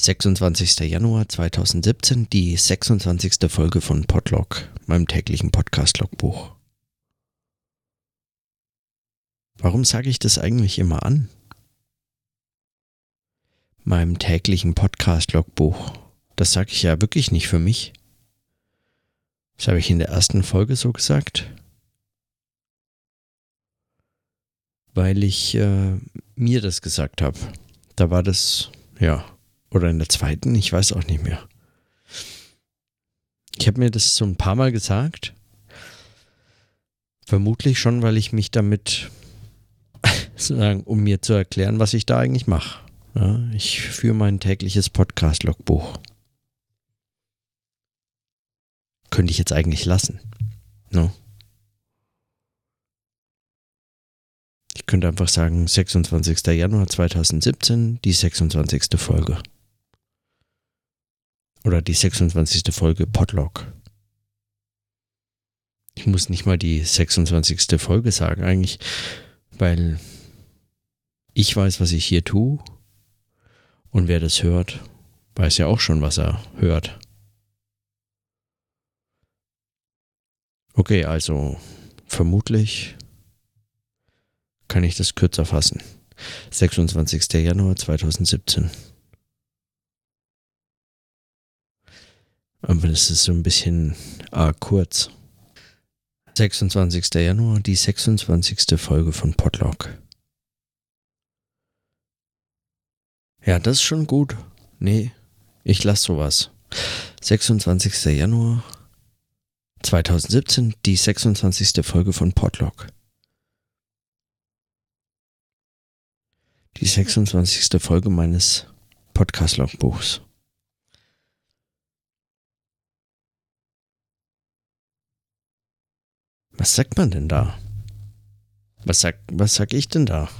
26. Januar 2017, die 26. Folge von Podlog, meinem täglichen Podcast-Logbuch. Warum sage ich das eigentlich immer an? Meinem täglichen Podcast-Logbuch. Das sage ich ja wirklich nicht für mich. Das habe ich in der ersten Folge so gesagt. Weil ich mir das gesagt habe. Da war das, oder in der zweiten, ich weiß auch nicht mehr. Ich habe mir das so ein paar Mal gesagt. Vermutlich schon, weil ich mich damit, sozusagen, um mir zu erklären, was ich da eigentlich mache. Ja, ich führe mein tägliches Podcast-Logbuch. Könnte ich jetzt eigentlich lassen. No? Ich könnte einfach sagen, 26. Januar 2017, die 26. Folge. Oder die 26. Folge Podlog. Ich muss nicht mal die 26. Folge sagen eigentlich, weil ich weiß, was ich hier tue und wer das hört, weiß ja auch schon, was er hört. Okay, also vermutlich kann ich das kürzer fassen. 26. Januar 2017. Aber das ist so ein bisschen kurz. 26. Januar, die 26. Folge von Podlog. Ja, das ist schon gut. Nee, ich lasse sowas. 26. Januar 2017, die 26. Folge von Podlog. Die 26. Folge meines Podcast-Logbuchs. Was sagt man denn da? Was sag ich denn da?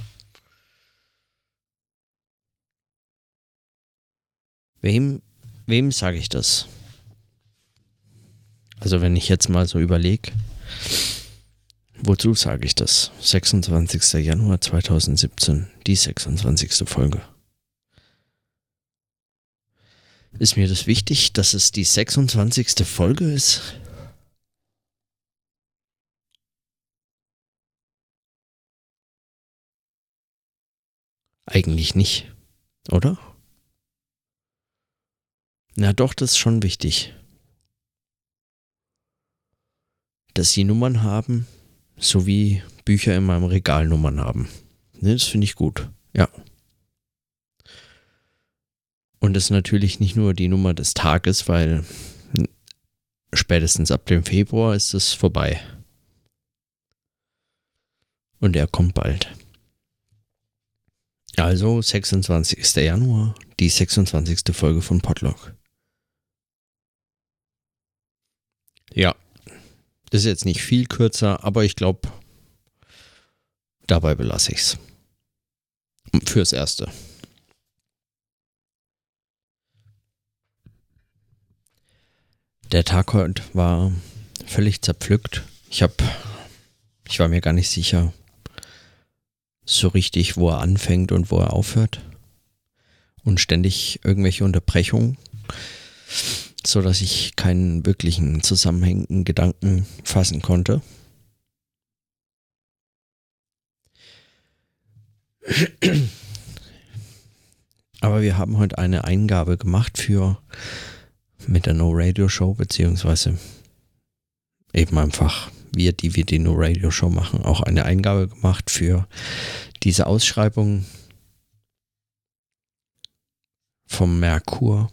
Wem sage ich das? Also wenn ich jetzt mal so überlege, wozu sage ich das? 26. Januar 2017, die 26. Folge. Ist mir das wichtig, dass es die 26. Folge ist? Eigentlich nicht, oder? Na doch, das ist schon wichtig. Dass sie Nummern haben, so wie Bücher in meinem Regal Nummern haben. Ne, das finde ich gut, ja. Und das ist natürlich nicht nur die Nummer des Tages, weil spätestens ab dem Februar ist es vorbei. Und er kommt bald. Also 26. Januar, die 26. Folge von Podlog. Ja, das ist jetzt nicht viel kürzer, aber ich glaube, dabei belasse ich es. Fürs Erste. Der Tag heute war völlig zerpflückt. Ich war mir gar nicht sicher, so richtig, wo er anfängt und wo er aufhört. Und ständig irgendwelche Unterbrechungen, so dass ich keinen wirklichen zusammenhängenden Gedanken fassen konnte. Aber wir haben heute eine Eingabe gemacht mit der No Radio Show, beziehungsweise eben einfach wir die No Radio Show machen, auch eine Eingabe gemacht für diese Ausschreibung vom Merkur.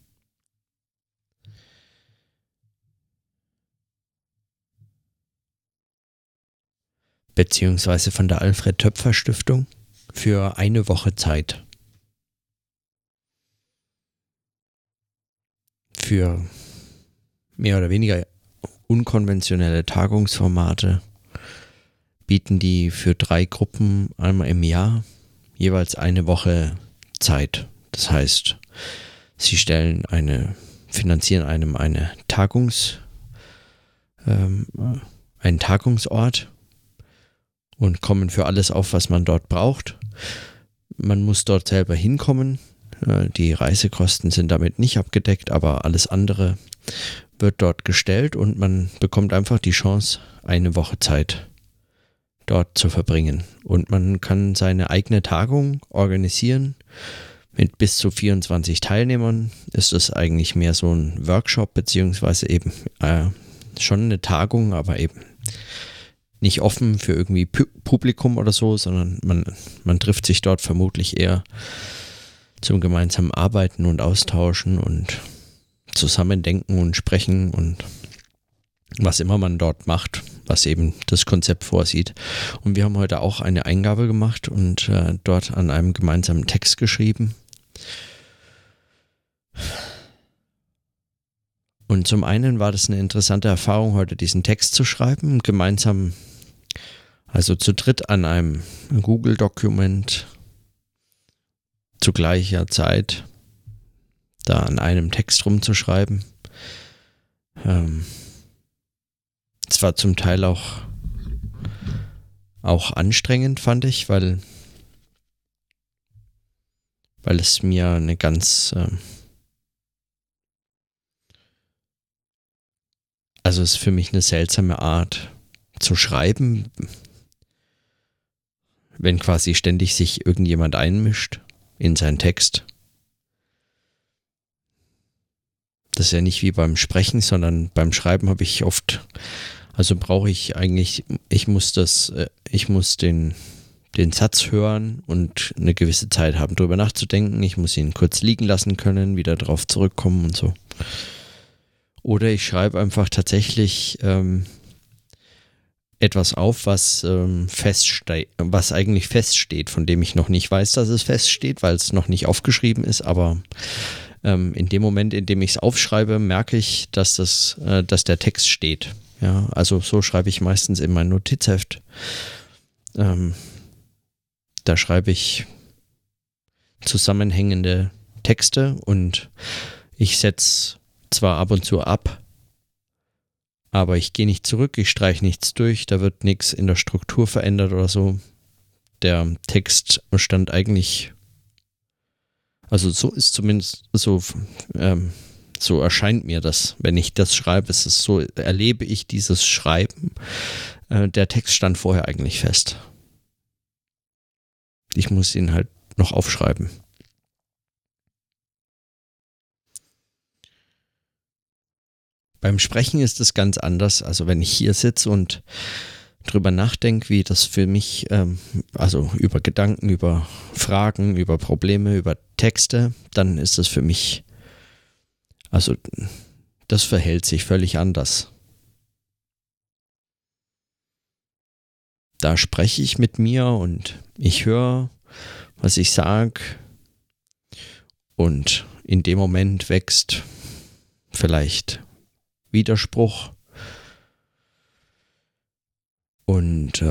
Beziehungsweise von der Alfred-Töpfer-Stiftung für eine Woche Zeit. Für mehr oder weniger unkonventionelle Tagungsformate bieten die für 3 Gruppen einmal im Jahr jeweils eine Woche Zeit. Das heißt, sie finanzieren einem einen Tagungsort und kommen für alles auf, was man dort braucht. Man muss dort selber hinkommen. Die Reisekosten sind damit nicht abgedeckt, aber alles andere wird dort gestellt und man bekommt einfach die Chance, eine Woche Zeit dort zu verbringen. Und man kann seine eigene Tagung organisieren. Mit bis zu 24 Teilnehmern ist es eigentlich mehr so ein Workshop, beziehungsweise eben schon eine Tagung, aber eben nicht offen für irgendwie Publikum oder so, sondern man trifft sich dort vermutlich eher zum gemeinsamen Arbeiten und Austauschen und Zusammendenken und Sprechen und was immer man dort macht, was eben das Konzept vorsieht. Und wir haben heute auch eine Eingabe gemacht und dort an einem gemeinsamen Text geschrieben. Und zum einen war das eine interessante Erfahrung, heute diesen Text zu schreiben, gemeinsam, also zu dritt an einem Google-Dokument zu gleicher Zeit da an einem Text rumzuschreiben. Es war zum Teil auch anstrengend, fand ich, weil es mir eine ganz, also es ist für mich eine seltsame Art zu schreiben, wenn quasi ständig sich irgendjemand einmischt in seinen Text. Das ist ja nicht wie beim Sprechen, sondern beim Schreiben habe ich oft, also brauche ich eigentlich, ich muss den Satz hören und eine gewisse Zeit haben, drüber nachzudenken. Ich muss ihn kurz liegen lassen können, wieder drauf zurückkommen und so. Oder ich schreibe einfach tatsächlich etwas auf, was eigentlich feststeht, von dem ich noch nicht weiß, dass es feststeht, weil es noch nicht aufgeschrieben ist, aber in dem Moment, in dem ich es aufschreibe, merke ich, dass der Text steht. Ja, also so schreibe ich meistens in mein Notizheft. Da schreibe ich zusammenhängende Texte und ich setze zwar ab und zu ab, aber ich gehe nicht zurück, ich streiche nichts durch, da wird nichts in der Struktur verändert oder so. Der Text stand eigentlich, also so ist zumindest so erscheint mir das, wenn ich das schreibe, es ist so, erlebe ich dieses Schreiben. Der Text stand vorher eigentlich fest. Ich muss ihn halt noch aufschreiben. Beim Sprechen ist es ganz anders. Also wenn ich hier sitze und drüber nachdenke, wie das für mich, also über Gedanken, über Fragen, über Probleme, über Texte, dann ist das für mich, also das verhält sich völlig anders. Da spreche ich mit mir und ich höre, was ich sage, und in dem Moment wächst vielleicht Widerspruch und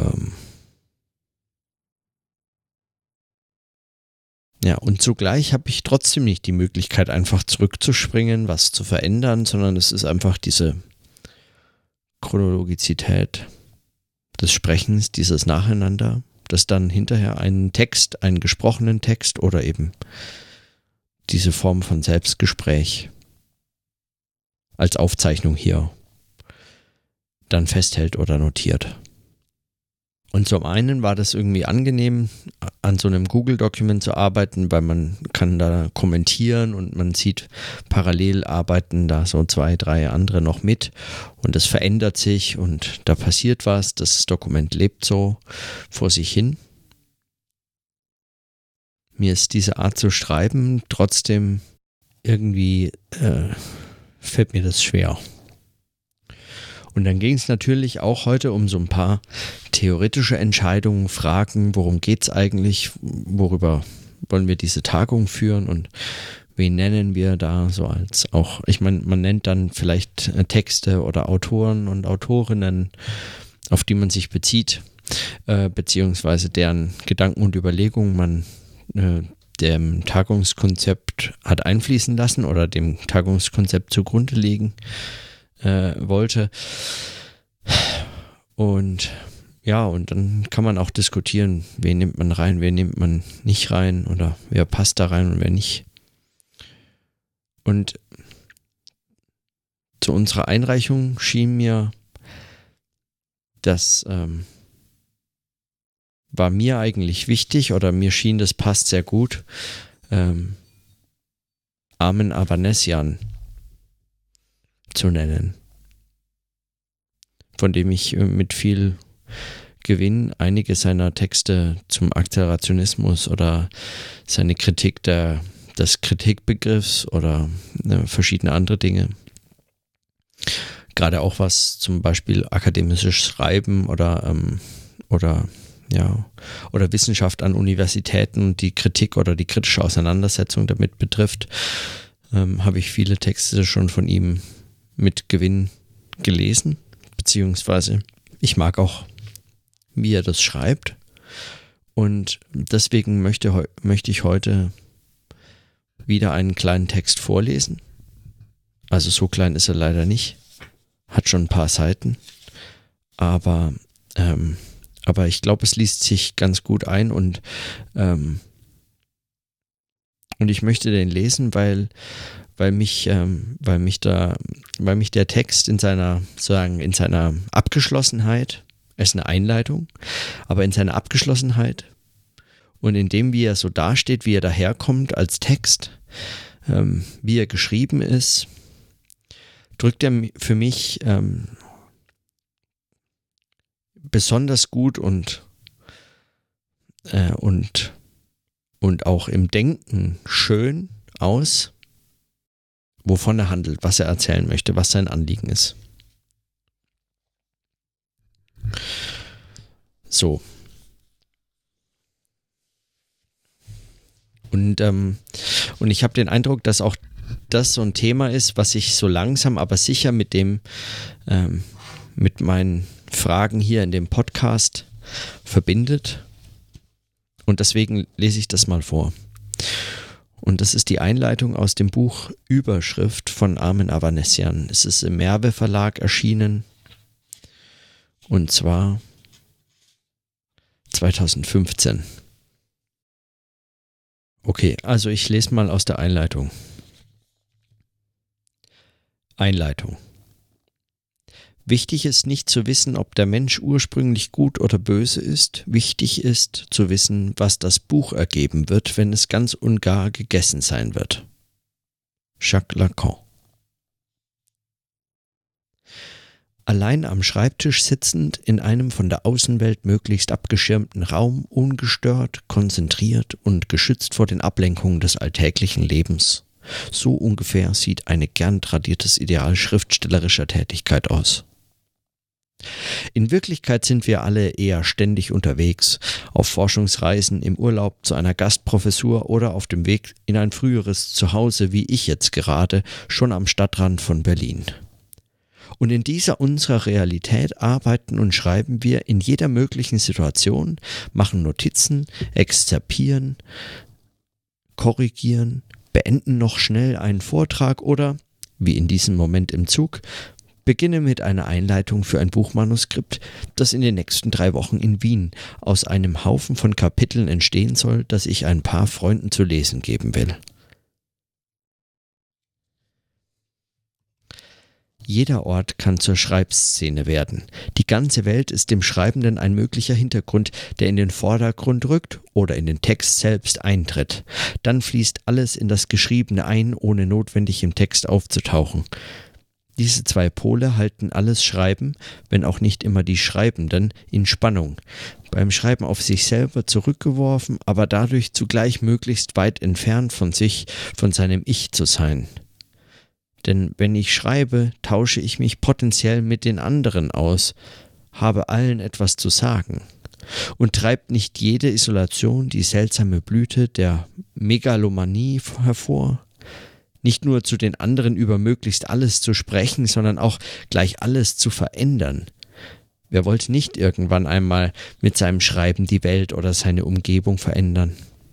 und zugleich habe ich trotzdem nicht die Möglichkeit, einfach zurückzuspringen, was zu verändern, sondern es ist einfach diese Chronologizität des Sprechens, dieses Nacheinander, das dann hinterher einen Text, einen gesprochenen Text oder eben diese Form von Selbstgespräch als Aufzeichnung hier dann festhält oder notiert. Und zum einen war das irgendwie angenehm, an so einem Google-Dokument zu arbeiten, weil man kann da kommentieren und man sieht, parallel arbeiten da so 2, 3 andere noch mit und es verändert sich und da passiert was, das Dokument lebt so vor sich hin. Mir ist diese Art zu schreiben trotzdem irgendwie fällt mir das schwer. Und dann ging es natürlich auch heute um so ein paar theoretische Entscheidungen, Fragen, worum geht es eigentlich, worüber wollen wir diese Tagung führen und wen nennen wir da so als auch, ich meine, man nennt dann vielleicht Texte oder Autoren und Autorinnen, auf die man sich bezieht, beziehungsweise deren Gedanken und Überlegungen man dem Tagungskonzept hat einfließen lassen oder dem Tagungskonzept zugrunde legen wollte. Und ja, und dann kann man auch diskutieren, wen nimmt man rein, wen nimmt man nicht rein oder wer passt da rein und wer nicht. Und zu unserer Einreichung schien mir, das war mir eigentlich wichtig, oder mir schien, das passt sehr gut, Armen Avanesian zu nennen, von dem ich mit viel Gewinn einige seiner Texte zum Akzelerationismus oder seine Kritik des Kritikbegriffs oder verschiedene andere Dinge, gerade auch was zum Beispiel akademisches Schreiben oder Wissenschaft an Universitäten und die Kritik oder die kritische Auseinandersetzung damit betrifft, habe ich viele Texte schon von ihm mit Gewinn gelesen, beziehungsweise ich mag auch, wie er das schreibt, und deswegen möchte ich heute wieder einen kleinen Text vorlesen. Also so klein ist er leider nicht, hat schon ein paar Seiten, aber ich glaube, es liest sich ganz gut ein, und ich möchte den lesen, weil mich der Text in seiner Abgeschlossenheit, es ist eine Einleitung, aber in seiner Abgeschlossenheit und in dem, wie er so dasteht, wie er daherkommt als Text, wie er geschrieben ist, drückt er für mich besonders gut und auch im Denken schön aus, wovon er handelt, was er erzählen möchte, was sein Anliegen ist. So. Und ich habe den Eindruck, dass auch das so ein Thema ist, was sich so langsam, aber sicher mit meinen Fragen hier in dem Podcast verbindet. Und deswegen lese ich das mal vor. Und das ist die Einleitung aus dem Buch Überschrift von Armen Avanesian. Es ist im Merve Verlag erschienen. Und zwar 2015. Okay, also ich lese mal aus der Einleitung. Einleitung. Wichtig ist nicht zu wissen, ob der Mensch ursprünglich gut oder böse ist. Wichtig ist zu wissen, was das Buch ergeben wird, wenn es ganz und gar gegessen sein wird. Jacques Lacan. Allein am Schreibtisch sitzend, in einem von der Außenwelt möglichst abgeschirmten Raum, ungestört, konzentriert und geschützt vor den Ablenkungen des alltäglichen Lebens. So ungefähr sieht ein gern tradiertes Ideal schriftstellerischer Tätigkeit aus. In Wirklichkeit sind wir alle eher ständig unterwegs, auf Forschungsreisen, im Urlaub zu einer Gastprofessur oder auf dem Weg in ein früheres Zuhause, wie ich jetzt gerade, schon am Stadtrand von Berlin. Und in dieser unserer Realität arbeiten und schreiben wir in jeder möglichen Situation, machen Notizen, exzerpieren, korrigieren, beenden noch schnell einen Vortrag oder, wie in diesem Moment im Zug, beginne mit einer Einleitung für ein Buchmanuskript, das in den nächsten 3 Wochen in Wien aus einem Haufen von Kapiteln entstehen soll, das ich ein paar Freunden zu lesen geben will. Jeder Ort kann zur Schreibszene werden. Die ganze Welt ist dem Schreibenden ein möglicher Hintergrund, der in den Vordergrund rückt oder in den Text selbst eintritt. Dann fließt alles in das Geschriebene ein, ohne notwendig im Text aufzutauchen. Diese 2 Pole halten alles Schreiben, wenn auch nicht immer die Schreibenden, in Spannung. Beim Schreiben auf sich selber zurückgeworfen, aber dadurch zugleich möglichst weit entfernt von sich, von seinem Ich zu sein. Denn wenn ich schreibe, tausche ich mich potenziell mit den anderen aus, habe allen etwas zu sagen. Und treibt nicht jede Isolation die seltsame Blüte der Megalomanie hervor? Nicht nur zu den anderen über möglichst alles zu sprechen, sondern auch gleich alles zu verändern. Wer wollte nicht irgendwann einmal mit seinem Schreiben die Welt oder seine Umgebung verändern?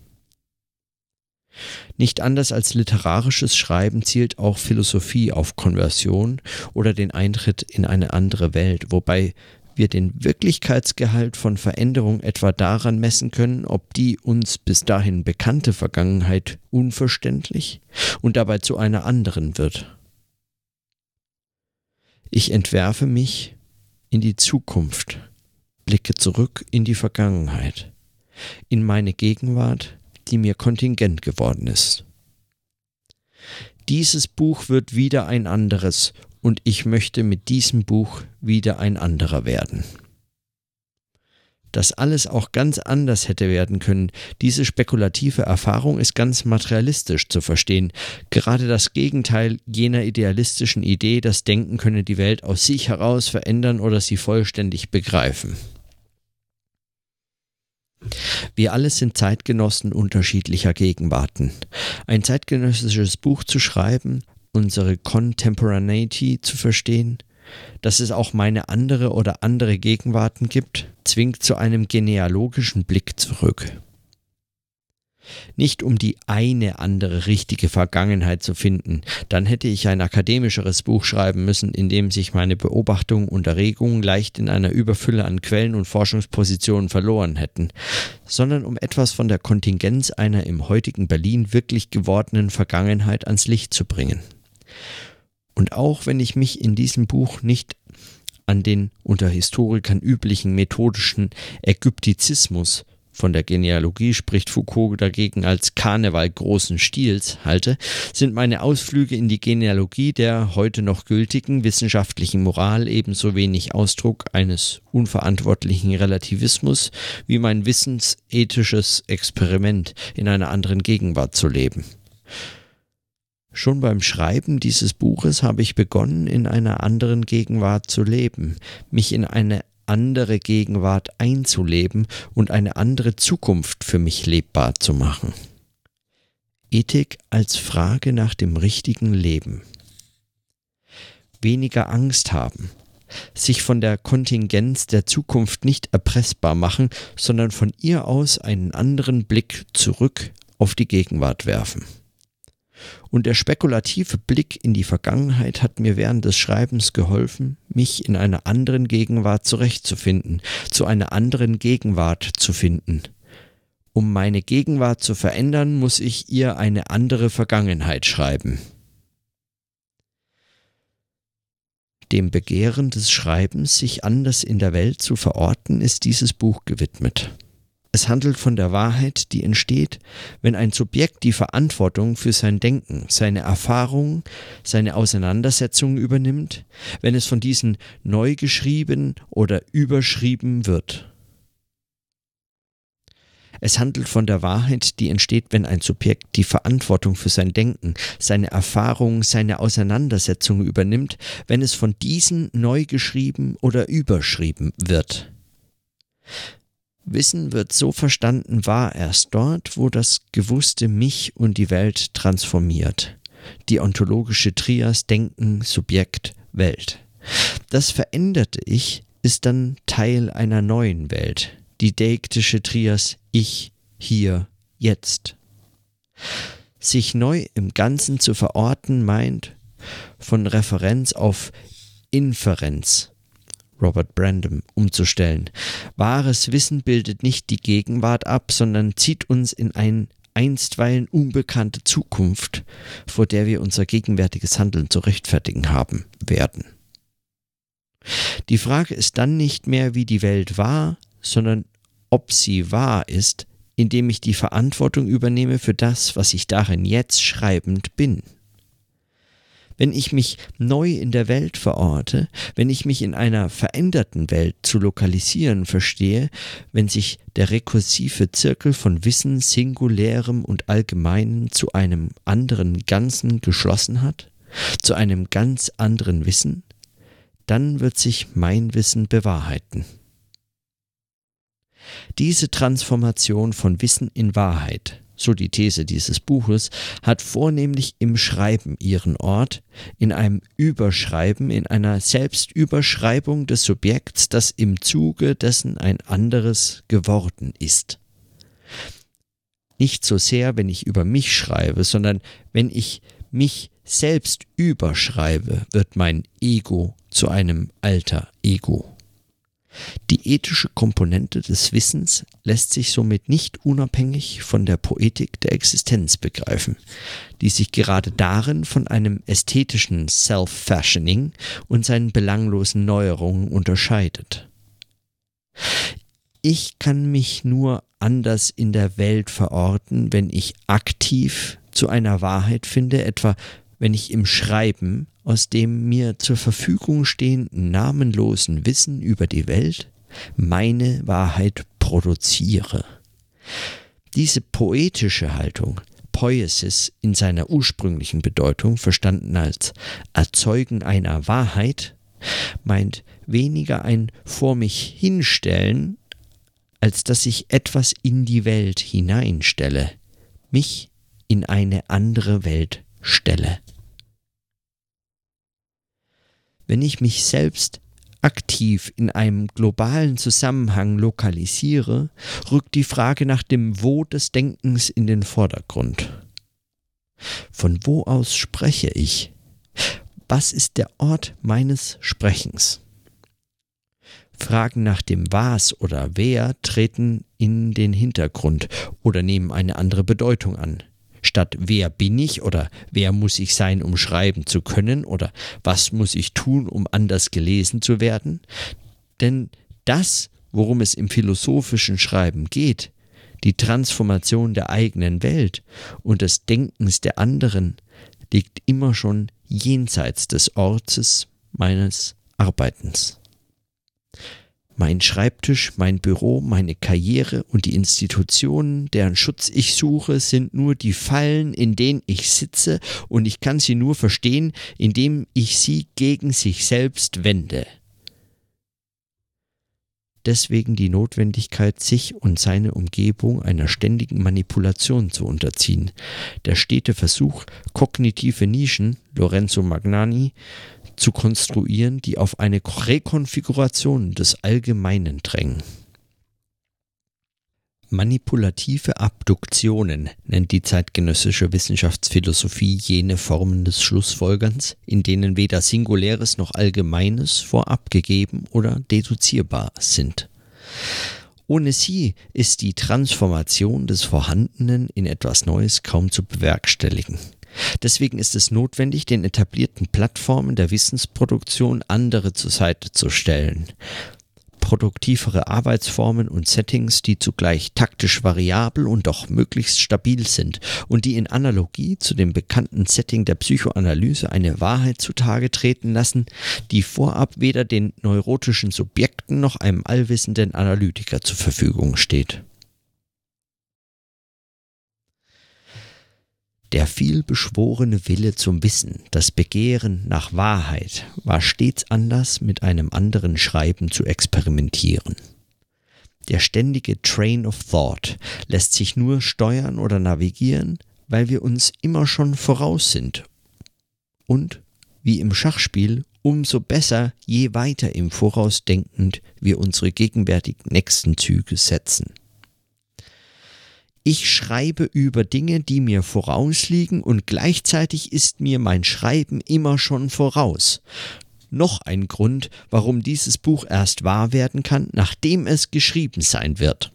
Nicht anders als literarisches Schreiben zielt auch Philosophie auf Konversion oder den Eintritt in eine andere Welt, wobei wir den Wirklichkeitsgehalt von Veränderung etwa daran messen können, ob die uns bis dahin bekannte Vergangenheit unverständlich und dabei zu einer anderen wird. Ich entwerfe mich in die Zukunft, blicke zurück in die Vergangenheit, in meine Gegenwart, die mir kontingent geworden ist. Dieses Buch wird wieder ein anderes und ich möchte mit diesem Buch wieder ein anderer werden. Dass alles auch ganz anders hätte werden können, diese spekulative Erfahrung ist ganz materialistisch zu verstehen. Gerade das Gegenteil jener idealistischen Idee, das Denken könne die Welt aus sich heraus verändern oder sie vollständig begreifen. Wir alle sind Zeitgenossen unterschiedlicher Gegenwarten. Ein zeitgenössisches Buch zu schreiben, unsere Contemporaneity zu verstehen, dass es auch meine andere oder andere Gegenwarten gibt, zwingt zu einem genealogischen Blick zurück. Nicht um die eine andere richtige Vergangenheit zu finden, dann hätte ich ein akademischeres Buch schreiben müssen, in dem sich meine Beobachtungen und Erregungen leicht in einer Überfülle an Quellen und Forschungspositionen verloren hätten, sondern um etwas von der Kontingenz einer im heutigen Berlin wirklich gewordenen Vergangenheit ans Licht zu bringen. Und auch wenn ich mich in diesem Buch nicht an den unter Historikern üblichen methodischen Ägyptizismus, von der Genealogie spricht Foucault dagegen als Karneval großen Stils, halte, sind meine Ausflüge in die Genealogie der heute noch gültigen wissenschaftlichen Moral ebenso wenig Ausdruck eines unverantwortlichen Relativismus wie mein wissensethisches Experiment, in einer anderen Gegenwart zu leben. Schon beim Schreiben dieses Buches habe ich begonnen, in einer anderen Gegenwart zu leben, mich in eine andere Gegenwart einzuleben und eine andere Zukunft für mich lebbar zu machen. Ethik als Frage nach dem richtigen Leben. Weniger Angst haben, sich von der Kontingenz der Zukunft nicht erpressbar machen, sondern von ihr aus einen anderen Blick zurück auf die Gegenwart werfen. Und der spekulative Blick in die Vergangenheit hat mir während des Schreibens geholfen, mich in einer anderen Gegenwart zurechtzufinden, zu einer anderen Gegenwart zu finden. Um meine Gegenwart zu verändern, muss ich ihr eine andere Vergangenheit schreiben. Dem Begehren des Schreibens, sich anders in der Welt zu verorten, ist dieses Buch gewidmet. Es handelt von der Wahrheit, die entsteht, wenn ein Subjekt die Verantwortung für sein Denken, seine Erfahrungen, seine Auseinandersetzungen übernimmt, wenn es von diesen neu geschrieben oder überschrieben wird. Es handelt von der Wahrheit, die entsteht, wenn ein Subjekt die Verantwortung für sein Denken, seine Erfahrungen, seine Auseinandersetzungen übernimmt, wenn es von diesen neu geschrieben oder überschrieben wird. Wissen wird so verstanden wahr erst dort, wo das Gewusste mich und die Welt transformiert. Die ontologische Trias Denken, Subjekt, Welt. Das veränderte Ich ist dann Teil einer neuen Welt. Die deiktische Trias Ich, Hier, Jetzt. Sich neu im Ganzen zu verorten meint, von Referenz auf Inferenz, Robert Brandom, umzustellen. Wahres Wissen bildet nicht die Gegenwart ab, sondern zieht uns in eine einstweilen unbekannte Zukunft, vor der wir unser gegenwärtiges Handeln zu rechtfertigen haben werden. Die Frage ist dann nicht mehr, wie die Welt war, sondern ob sie wahr ist, indem ich die Verantwortung übernehme für das, was ich darin jetzt schreibend bin. Wenn ich mich neu in der Welt verorte, wenn ich mich in einer veränderten Welt zu lokalisieren verstehe, wenn sich der rekursive Zirkel von Wissen, Singulärem und Allgemeinen zu einem anderen Ganzen geschlossen hat, zu einem ganz anderen Wissen, dann wird sich mein Wissen bewahrheiten. Diese Transformation von Wissen in Wahrheit, so die These dieses Buches, hat vornehmlich im Schreiben ihren Ort, in einem Überschreiben, in einer Selbstüberschreibung des Subjekts, das im Zuge dessen ein anderes geworden ist. Nicht so sehr, wenn ich über mich schreibe, sondern wenn ich mich selbst überschreibe, wird mein Ego zu einem Alter Ego. Die ethische Komponente des Wissens lässt sich somit nicht unabhängig von der Poetik der Existenz begreifen, die sich gerade darin von einem ästhetischen Self-Fashioning und seinen belanglosen Neuerungen unterscheidet. Ich kann mich nur anders in der Welt verorten, wenn ich aktiv zu einer Wahrheit finde, etwa wenn ich im Schreiben aus dem mir zur Verfügung stehenden namenlosen Wissen über die Welt meine Wahrheit produziere. Diese poetische Haltung, Poiesis in seiner ursprünglichen Bedeutung, verstanden als Erzeugen einer Wahrheit, meint weniger ein vor mich hinstellen, als dass ich etwas in die Welt hineinstelle, mich in eine andere Welt stelle. Wenn ich mich selbst aktiv in einem globalen Zusammenhang lokalisiere, rückt die Frage nach dem Wo des Denkens in den Vordergrund. Von wo aus spreche ich? Was ist der Ort meines Sprechens? Fragen nach dem Was oder Wer treten in den Hintergrund oder nehmen eine andere Bedeutung an. Statt wer bin ich oder wer muss ich sein, um schreiben zu können oder was muss ich tun, um anders gelesen zu werden? Denn das, worum es im philosophischen Schreiben geht, die Transformation der eigenen Welt und des Denkens der anderen, liegt immer schon jenseits des Ortes meines Arbeitens. Mein Schreibtisch, mein Büro, meine Karriere und die Institutionen, deren Schutz ich suche, sind nur die Fallen, in denen ich sitze, und ich kann sie nur verstehen, indem ich sie gegen sich selbst wende. Deswegen die Notwendigkeit, sich und seine Umgebung einer ständigen Manipulation zu unterziehen. Der stete Versuch, kognitive Nischen, Lorenzo Magnani, zu konstruieren, die auf eine Rekonfiguration des Allgemeinen drängen. Manipulative Abduktionen nennt die zeitgenössische Wissenschaftsphilosophie jene Formen des Schlussfolgerns, in denen weder Singuläres noch Allgemeines vorab gegeben oder deduzierbar sind. Ohne sie ist die Transformation des Vorhandenen in etwas Neues kaum zu bewerkstelligen. Deswegen ist es notwendig, den etablierten Plattformen der Wissensproduktion andere zur Seite zu stellen. Produktivere Arbeitsformen und Settings, die zugleich taktisch variabel und doch möglichst stabil sind und die in Analogie zu dem bekannten Setting der Psychoanalyse eine Wahrheit zutage treten lassen, die vorab weder den neurotischen Subjekten noch einem allwissenden Analytiker zur Verfügung steht. Der vielbeschworene Wille zum Wissen, das Begehren nach Wahrheit, war stets Anlass, mit einem anderen Schreiben zu experimentieren. Der ständige Train of Thought lässt sich nur steuern oder navigieren, weil wir uns immer schon voraus sind. Und, wie im Schachspiel, umso besser, je weiter im Voraus denkend wir unsere gegenwärtig nächsten Züge setzen. Ich schreibe über Dinge, die mir vorausliegen, und gleichzeitig ist mir mein Schreiben immer schon voraus. Noch ein Grund, warum dieses Buch erst wahr werden kann, nachdem es geschrieben sein wird.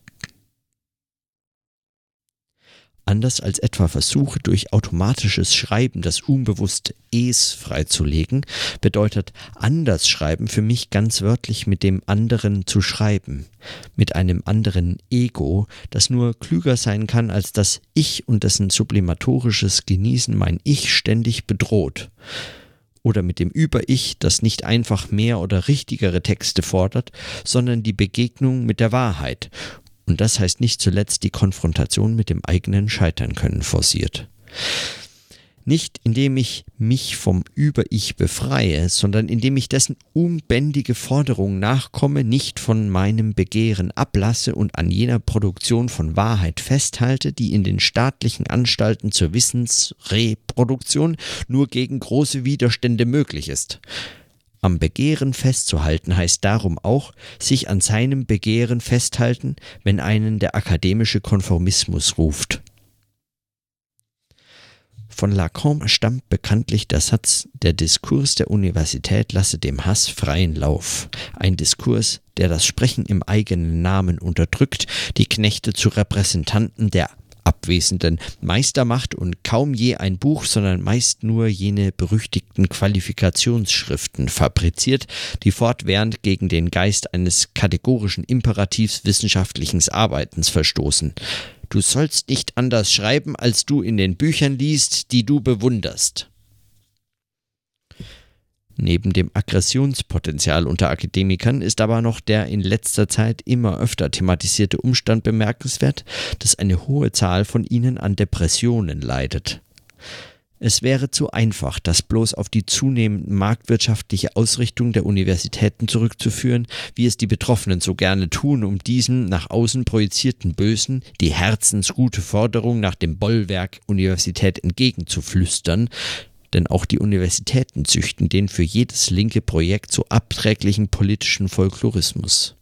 Anders als etwa Versuche durch automatisches Schreiben das unbewusste Es freizulegen, bedeutet anders schreiben für mich ganz wörtlich mit dem anderen zu schreiben, mit einem anderen Ego, das nur klüger sein kann als das Ich und dessen sublimatorisches Genießen mein Ich ständig bedroht. Oder mit dem Über-Ich, das nicht einfach mehr oder richtigere Texte fordert, sondern die Begegnung mit der Wahrheit. Und das heißt nicht zuletzt die Konfrontation mit dem eigenen Scheitern-Können forciert. Nicht indem ich mich vom Über-Ich befreie, sondern indem ich dessen unbändige Forderung nachkomme, nicht von meinem Begehren ablasse und an jener Produktion von Wahrheit festhalte, die in den staatlichen Anstalten zur Wissensreproduktion nur gegen große Widerstände möglich ist. Am Begehren festzuhalten heißt darum auch, sich an seinem Begehren festhalten, wenn einen der akademische Konformismus ruft. Von Lacan stammt bekanntlich der Satz, der Diskurs der Universität lasse dem Hass freien Lauf. Ein Diskurs, der das Sprechen im eigenen Namen unterdrückt, die Knechte zu Repräsentanten der Abwesenden Meister macht und kaum je ein Buch, sondern meist nur jene berüchtigten Qualifikationsschriften fabriziert, die fortwährend gegen den Geist eines kategorischen Imperativs wissenschaftlichen Arbeitens verstoßen. Du sollst nicht anders schreiben, als du in den Büchern liest, die du bewunderst. Neben dem Aggressionspotenzial unter Akademikern ist aber noch der in letzter Zeit immer öfter thematisierte Umstand bemerkenswert, dass eine hohe Zahl von ihnen an Depressionen leidet. Es wäre zu einfach, das bloß auf die zunehmend marktwirtschaftliche Ausrichtung der Universitäten zurückzuführen, wie es die Betroffenen so gerne tun, um diesen nach außen projizierten Bösen die herzensgute Forderung nach dem Bollwerk Universität entgegenzuflüstern, denn auch die Universitäten züchten den für jedes linke Projekt so abträglichen politischen Folklorismus.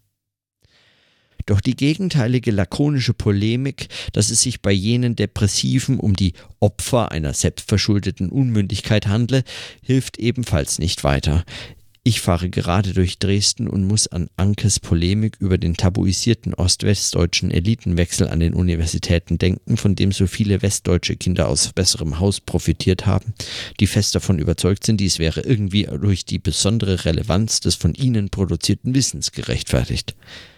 Doch die gegenteilige lakonische Polemik, dass es sich bei jenen Depressiven um die Opfer einer selbstverschuldeten Unmündigkeit handle, hilft ebenfalls nicht weiter. Ich fahre gerade durch Dresden und muss an Ankes Polemik über den tabuisierten ost-westdeutschen Elitenwechsel an den Universitäten denken, von dem so viele westdeutsche Kinder aus besserem Haus profitiert haben, die fest davon überzeugt sind, dies wäre irgendwie durch die besondere Relevanz des von ihnen produzierten Wissens gerechtfertigt.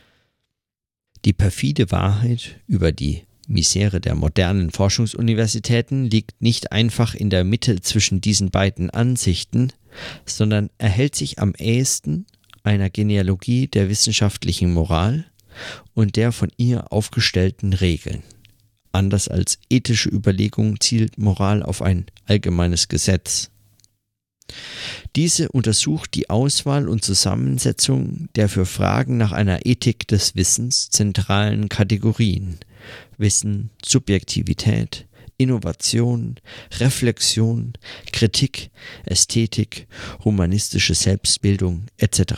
Die perfide Wahrheit über die Misere der modernen Forschungsuniversitäten liegt nicht einfach in der Mitte zwischen diesen beiden Ansichten, sondern erhält sich am ehesten einer Genealogie der wissenschaftlichen Moral und der von ihr aufgestellten Regeln. Anders als ethische Überlegungen zielt Moral auf ein allgemeines Gesetz. Diese untersucht die Auswahl und Zusammensetzung der für Fragen nach einer Ethik des Wissens zentralen Kategorien: Wissen, Subjektivität, Innovation, Reflexion, Kritik, Ästhetik, humanistische Selbstbildung etc.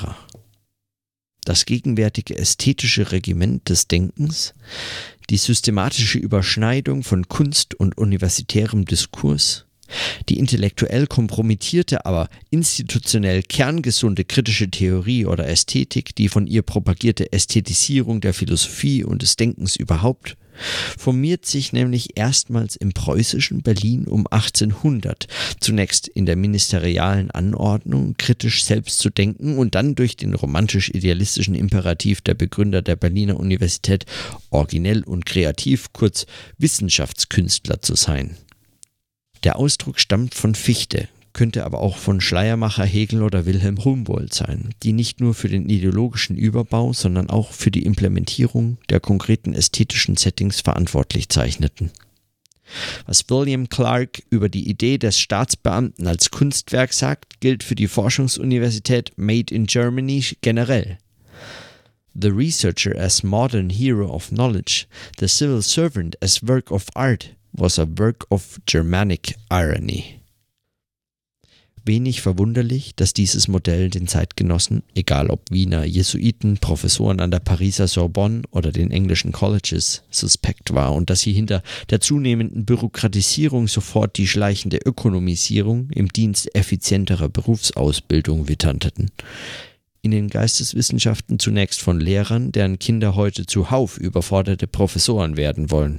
Das gegenwärtige ästhetische Regiment des Denkens, die systematische Überschneidung von Kunst und universitärem Diskurs, die intellektuell kompromittierte, aber institutionell kerngesunde kritische Theorie oder Ästhetik, die von ihr propagierte Ästhetisierung der Philosophie und des Denkens überhaupt, formiert sich nämlich erstmals im preußischen Berlin um 1800, zunächst in der ministerialen Anordnung, kritisch selbst zu denken und dann durch den romantisch-idealistischen Imperativ der Begründer der Berliner Universität originell und kreativ, kurz Wissenschaftskünstler zu sein. Der Ausdruck stammt von Fichte, könnte aber auch von Schleiermacher, Hegel oder Wilhelm Humboldt sein, die nicht nur für den ideologischen Überbau, sondern auch für die Implementierung der konkreten ästhetischen Settings verantwortlich zeichneten. Was William Clark über die Idee des Staatsbeamten als Kunstwerk sagt, gilt für die Forschungsuniversität Made in Germany generell. The researcher as modern hero of knowledge, the civil servant as work of art, was a work of Germanic irony. Wenig verwunderlich, dass dieses Modell den Zeitgenossen, egal ob Wiener Jesuiten, Professoren an der Pariser Sorbonne oder den englischen Colleges, suspekt war und dass sie hinter der zunehmenden Bürokratisierung sofort die schleichende Ökonomisierung im Dienst effizienterer Berufsausbildung witterten. In den Geisteswissenschaften zunächst von Lehrern, deren Kinder heute zuhauf überforderte Professoren werden wollen.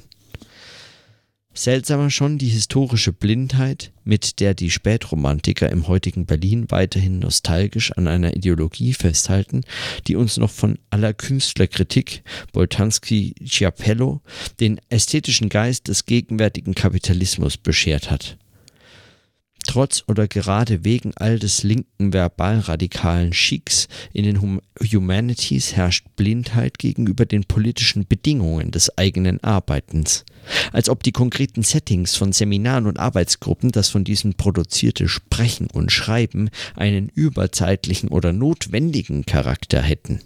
Seltsamer schon die historische Blindheit, mit der die Spätromantiker im heutigen Berlin weiterhin nostalgisch an einer Ideologie festhalten, die uns noch von aller Künstlerkritik, Boltanski, Schiapello, den ästhetischen Geist des gegenwärtigen Kapitalismus beschert hat. Trotz oder gerade wegen all des linken verbalradikalen Schiks in den Humanities herrscht Blindheit gegenüber den politischen Bedingungen des eigenen Arbeitens. Als ob die konkreten Settings von Seminaren und Arbeitsgruppen, das von diesen produzierte Sprechen und Schreiben, einen überzeitlichen oder notwendigen Charakter hätten.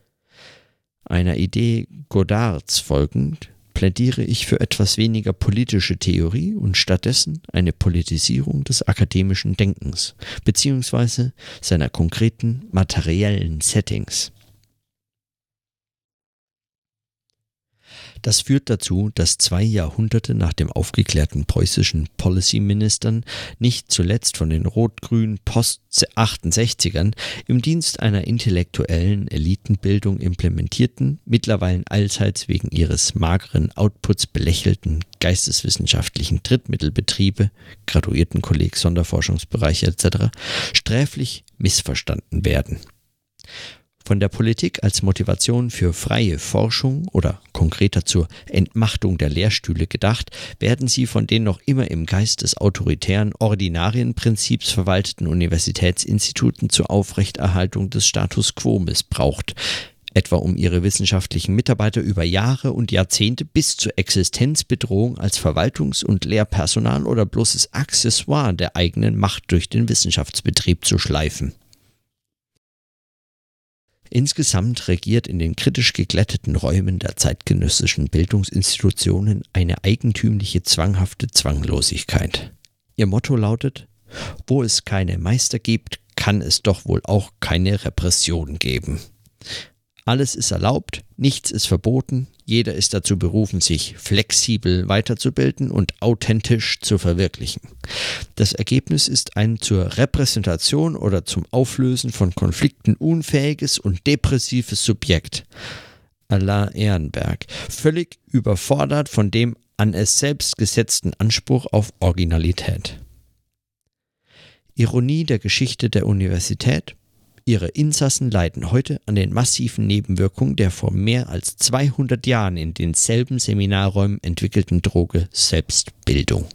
Einer Idee Godards folgend, plädiere ich für etwas weniger politische Theorie und stattdessen eine Politisierung des akademischen Denkens bzw. seiner konkreten materiellen Settings. Das führt dazu, dass 2 Jahrhunderte nach dem aufgeklärten preußischen Policy-Ministern, nicht zuletzt von den rot-grünen Post-68ern, im Dienst einer intellektuellen Elitenbildung implementierten, mittlerweile allseits wegen ihres mageren Outputs belächelten geisteswissenschaftlichen Drittmittelbetriebe, Graduiertenkolleg, Sonderforschungsbereiche etc., sträflich missverstanden werden. Von der Politik als Motivation für freie Forschung oder konkreter zur Entmachtung der Lehrstühle gedacht, werden sie von den noch immer im Geist des autoritären Ordinarienprinzips verwalteten Universitätsinstituten zur Aufrechterhaltung des Status quo missbraucht, etwa um ihre wissenschaftlichen Mitarbeiter über Jahre und Jahrzehnte bis zur Existenzbedrohung als Verwaltungs- und Lehrpersonal oder bloßes Accessoire der eigenen Macht durch den Wissenschaftsbetrieb zu schleifen. Insgesamt regiert in den kritisch geglätteten Räumen der zeitgenössischen Bildungsinstitutionen eine eigentümliche zwanghafte Zwanglosigkeit. Ihr Motto lautet: Wo es keine Meister gibt, kann es doch wohl auch keine Repression geben. Alles ist erlaubt, nichts ist verboten, jeder ist dazu berufen, sich flexibel weiterzubilden und authentisch zu verwirklichen. Das Ergebnis ist ein zur Repräsentation oder zum Auflösen von Konflikten unfähiges und depressives Subjekt. Alain Ehrenberg, völlig überfordert von dem an es selbst gesetzten Anspruch auf Originalität. Ironie der Geschichte der Universität: Ihre Insassen leiden heute an den massiven Nebenwirkungen der vor mehr als 200 Jahren in denselben Seminarräumen entwickelten Droge Selbstbildung.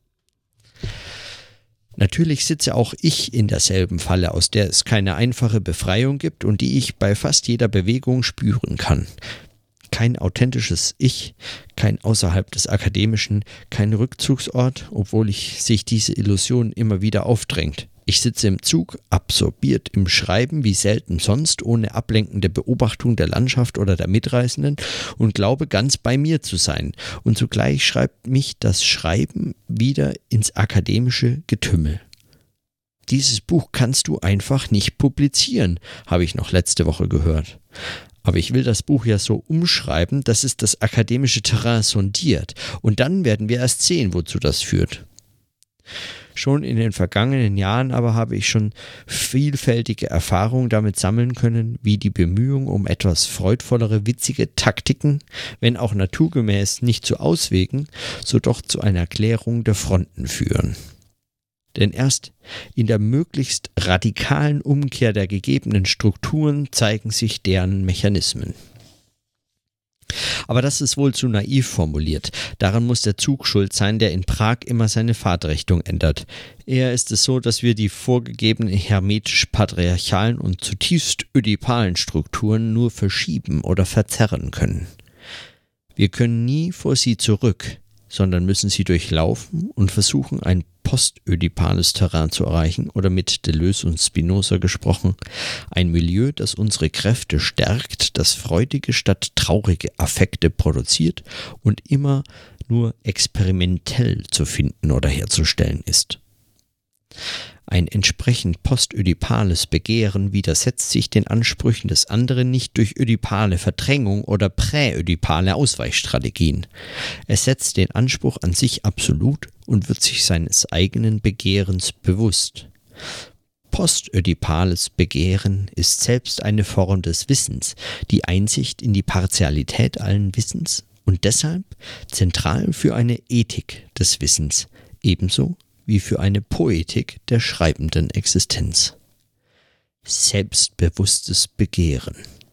Natürlich sitze auch ich in derselben Falle, aus der es keine einfache Befreiung gibt und die ich bei fast jeder Bewegung spüren kann. Kein authentisches Ich, kein außerhalb des Akademischen, kein Rückzugsort, obwohl sich diese Illusion immer wieder aufdrängt. Ich sitze im Zug, absorbiert im Schreiben wie selten sonst, ohne ablenkende Beobachtung der Landschaft oder der Mitreisenden und glaube ganz bei mir zu sein. Und zugleich schreibt mich das Schreiben wieder ins akademische Getümmel. Dieses Buch kannst du einfach nicht publizieren, habe ich noch letzte Woche gehört. Aber ich will das Buch ja so umschreiben, dass es das akademische Terrain sondiert. Und dann werden wir erst sehen, wozu das führt. Schon in den vergangenen Jahren aber habe ich schon vielfältige Erfahrungen damit sammeln können, wie die Bemühungen um etwas freudvollere, witzige Taktiken, wenn auch naturgemäß nicht zu Auswegen, so doch zu einer Klärung der Fronten führen. Denn erst in der möglichst radikalen Umkehr der gegebenen Strukturen zeigen sich deren Mechanismen. Aber das ist wohl zu naiv formuliert. Daran muss der Zug schuld sein, der in Prag immer seine Fahrtrichtung ändert. Eher ist es so, dass wir die vorgegebenen hermetisch-patriarchalen und zutiefst ödipalen Strukturen nur verschieben oder verzerren können. Wir können nie vor sie zurück, sondern müssen sie durchlaufen und versuchen, ein postödipales Terrain zu erreichen oder mit Deleuze und Spinoza gesprochen, ein Milieu, das unsere Kräfte stärkt, das freudige statt traurige Affekte produziert und immer nur experimentell zu finden oder herzustellen ist. Ein entsprechend postödipales Begehren widersetzt sich den Ansprüchen des anderen nicht durch ödipale Verdrängung oder präödipale Ausweichstrategien. Es setzt den Anspruch an sich absolut und wird sich seines eigenen Begehrens bewusst. Postödipales Begehren ist selbst eine Form des Wissens, die Einsicht in die Partialität allen Wissens und deshalb zentral für eine Ethik des Wissens, ebenso wie für eine Poetik der schreibenden Existenz. Selbstbewusstes Begehren.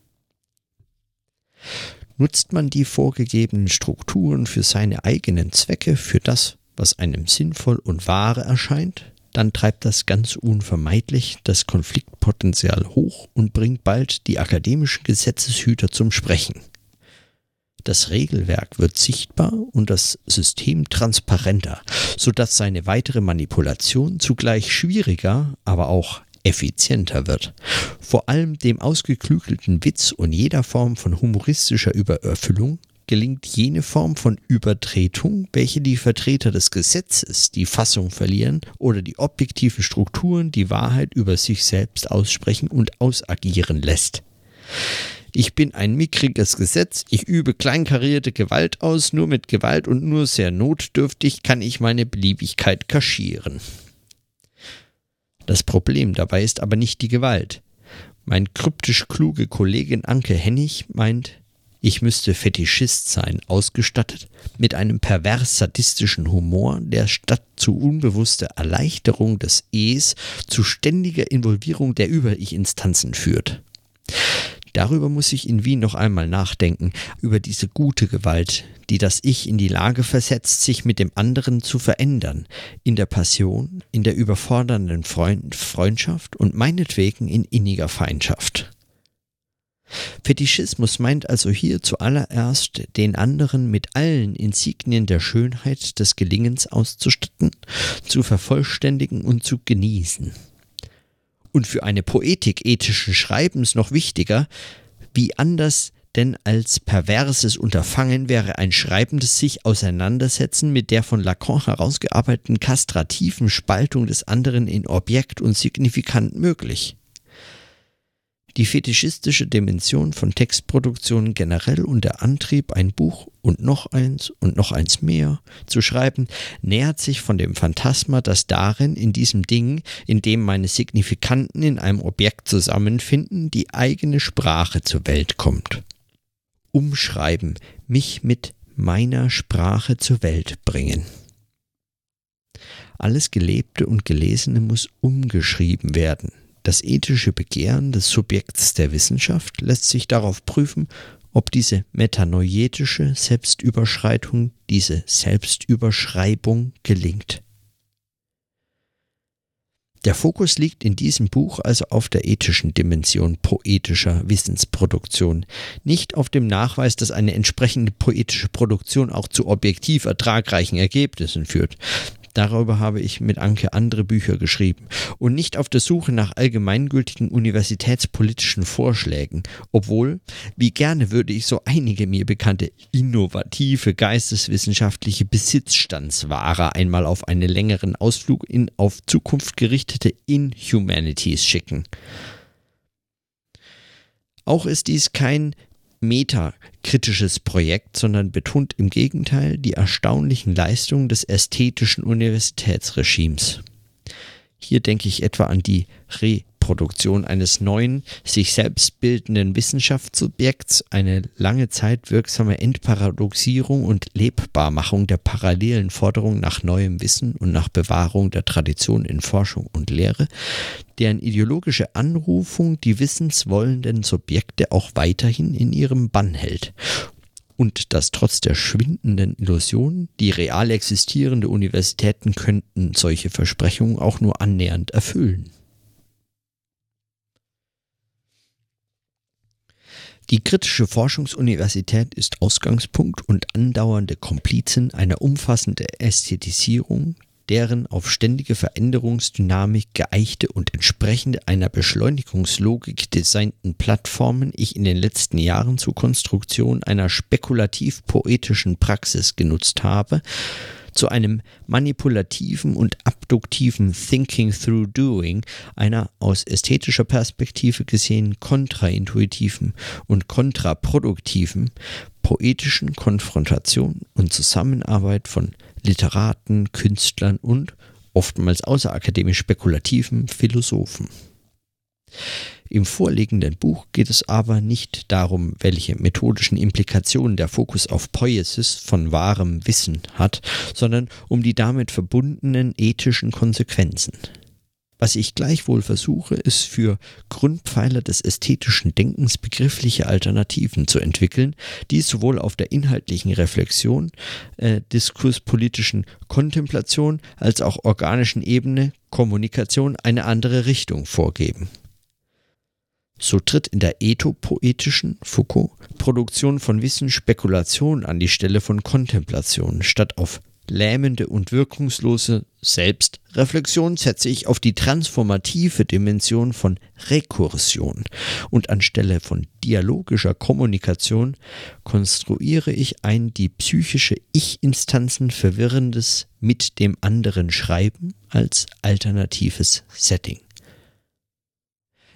Nutzt man die vorgegebenen Strukturen für seine eigenen Zwecke, für das, was einem sinnvoll und wahr erscheint, dann treibt das ganz unvermeidlich das Konfliktpotenzial hoch und bringt bald die akademischen Gesetzeshüter zum Sprechen. Das Regelwerk wird sichtbar und das System transparenter, sodass seine weitere Manipulation zugleich schwieriger, aber auch effizienter wird. Vor allem dem ausgeklügelten Witz und jeder Form von humoristischer Übererfüllung gelingt jene Form von Übertretung, welche die Vertreter des Gesetzes die Fassung verlieren oder die objektiven Strukturen die Wahrheit über sich selbst aussprechen und ausagieren lässt. Ich bin ein mickriges Gesetz, ich übe kleinkarierte Gewalt aus, nur mit Gewalt und nur sehr notdürftig kann ich meine Beliebigkeit kaschieren. Das Problem dabei ist aber nicht die Gewalt. Mein kryptisch kluge Kollegin Anke Hennig meint, ich müsste Fetischist sein, ausgestattet mit einem pervers-sadistischen Humor, der statt zu unbewusster Erleichterung des Es zu ständiger Involvierung der Über-Ich-Instanzen führt. Darüber muss ich in Wien noch einmal nachdenken, über diese gute Gewalt, die das Ich in die Lage versetzt, sich mit dem anderen zu verändern, in der Passion, in der überfordernden Freundschaft und meinetwegen in inniger Feindschaft. Fetischismus meint also hier zuallererst, den anderen mit allen Insignien der Schönheit des Gelingens auszustatten, zu vervollständigen und zu genießen. Und für eine Poetik ethischen Schreibens noch wichtiger, wie anders denn als perverses Unterfangen wäre ein schreibendes sich Auseinandersetzen mit der von Lacan herausgearbeiteten kastrativen Spaltung des anderen in Objekt und Signifikant möglich. Die fetischistische Dimension von Textproduktionen generell und der Antrieb, ein Buch und noch eins mehr zu schreiben, nähert sich von dem Phantasma, das darin, in diesem Ding, in dem meine Signifikanten in einem Objekt zusammenfinden, die eigene Sprache zur Welt kommt. Umschreiben, mich mit meiner Sprache zur Welt bringen. Alles Gelebte und Gelesene muss umgeschrieben werden. Das ethische Begehren des Subjekts der Wissenschaft lässt sich darauf prüfen, ob diese metanoietische Selbstüberschreitung, diese Selbstüberschreibung gelingt. Der Fokus liegt in diesem Buch also auf der ethischen Dimension poetischer Wissensproduktion, nicht auf dem Nachweis, dass eine entsprechende poetische Produktion auch zu objektiv ertragreichen Ergebnissen führt. Darüber habe ich mit Anke andere Bücher geschrieben und nicht auf der Suche nach allgemeingültigen universitätspolitischen Vorschlägen, obwohl, wie gerne würde ich so einige mir bekannte innovative geisteswissenschaftliche Besitzstandswahrer einmal auf einen längeren Ausflug in auf Zukunft gerichtete Inhumanities schicken. Auch ist dies kein metakritisches Projekt, sondern betont im Gegenteil die erstaunlichen Leistungen des ästhetischen Universitätsregimes. Hier denke ich etwa an die Reproduktion eines neuen, sich selbst bildenden Wissenschaftsobjekts, eine lange Zeit wirksame Entparadoxierung und Lebbarmachung der parallelen Forderung nach neuem Wissen und nach Bewahrung der Tradition in Forschung und Lehre, deren ideologische Anrufung die wissenswollenden Subjekte auch weiterhin in ihrem Bann hält. Und dass trotz der schwindenden Illusion, die real existierende Universitäten könnten solche Versprechungen auch nur annähernd erfüllen. Die kritische Forschungsuniversität ist Ausgangspunkt und andauernde Komplizin einer umfassenden Ästhetisierung, deren auf ständige Veränderungsdynamik geeichte und entsprechende einer Beschleunigungslogik designten Plattformen ich in den letzten Jahren zur Konstruktion einer spekulativ-poetischen Praxis genutzt habe, zu einem manipulativen und abduktiven Thinking through Doing, einer aus ästhetischer Perspektive gesehen kontraintuitiven und kontraproduktiven poetischen Konfrontation und Zusammenarbeit von Literaten, Künstlern und oftmals außerakademisch spekulativen Philosophen. Im vorliegenden Buch geht es aber nicht darum, welche methodischen Implikationen der Fokus auf Poiesis von wahrem Wissen hat, sondern um die damit verbundenen ethischen Konsequenzen. Was ich gleichwohl versuche, ist für Grundpfeiler des ästhetischen Denkens begriffliche Alternativen zu entwickeln, die sowohl auf der inhaltlichen Reflexion, diskurspolitischen Kontemplation als auch organischen Ebene, Kommunikation eine andere Richtung vorgeben. So tritt in der ethopoetischen Foucault Produktion von Wissen Spekulation an die Stelle von Kontemplation. Statt auf lähmende und wirkungslose Selbstreflexion setze ich auf die transformative Dimension von Rekursion und anstelle von dialogischer Kommunikation konstruiere ich ein die psychische Ich-Instanzen verwirrendes mit dem anderen Schreiben als alternatives Setting.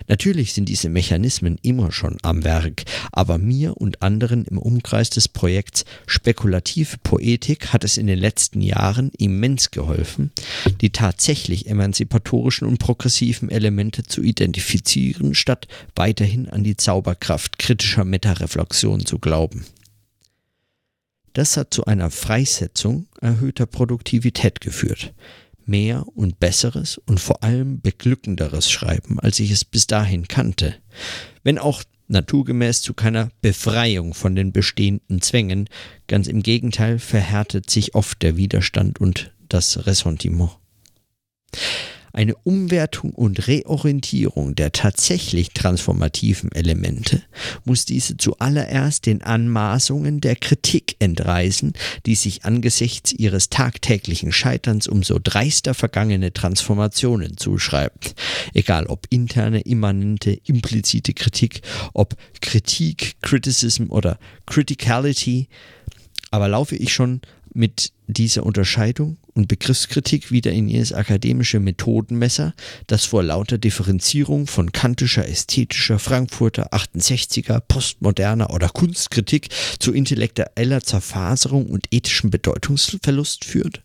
Natürlich sind diese Mechanismen immer schon am Werk, aber mir und anderen im Umkreis des Projekts Spekulative Poetik hat es in den letzten Jahren immens geholfen, die tatsächlich emanzipatorischen und progressiven Elemente zu identifizieren, statt weiterhin an die Zauberkraft kritischer Metareflexion zu glauben. Das hat zu einer Freisetzung erhöhter Produktivität geführt. Mehr und besseres und vor allem beglückenderes Schreiben, als ich es bis dahin kannte. Wenn auch naturgemäß zu keiner Befreiung von den bestehenden Zwängen, ganz im Gegenteil verhärtet sich oft der Widerstand und das Ressentiment. Eine Umwertung und Reorientierung der tatsächlich transformativen Elemente muss diese zuallererst den Anmaßungen der Kritik entreißen, die sich angesichts ihres tagtäglichen Scheiterns umso dreister vergangene Transformationen zuschreibt. Egal ob interne, immanente, implizite Kritik, ob Kritik, Criticism oder Criticality, aber laufe ich schon mit dieser Unterscheidung und Begriffskritik wieder in jenes akademische Methodenmesser, das vor lauter Differenzierung von kantischer, ästhetischer, Frankfurter, 68er, postmoderner oder Kunstkritik zu intellektueller Zerfaserung und ethischem Bedeutungsverlust führt?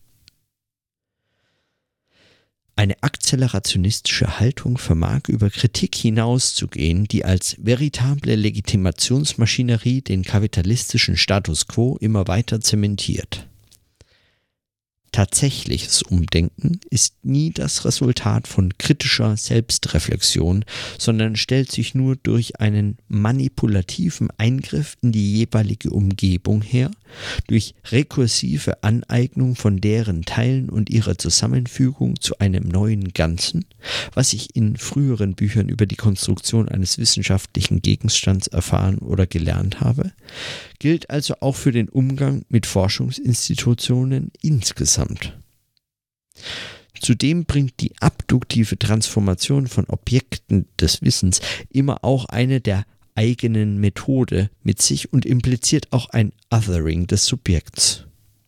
Eine akzelerationistische Haltung vermag über Kritik hinauszugehen, die als veritable Legitimationsmaschinerie den kapitalistischen Status quo immer weiter zementiert. Tatsächliches Umdenken ist nie das Resultat von kritischer Selbstreflexion, sondern stellt sich nur durch einen manipulativen Eingriff in die jeweilige Umgebung her, durch rekursive Aneignung von deren Teilen und ihrer Zusammenfügung zu einem neuen Ganzen, was ich in früheren Büchern über die Konstruktion eines wissenschaftlichen Gegenstands erfahren oder gelernt habe, gilt also auch für den Umgang mit Forschungsinstitutionen insgesamt. Zudem bringt die abduktive Transformation von Objekten des Wissens immer auch eine der eigenen Methode mit sich und impliziert auch ein Othering des Subjekts.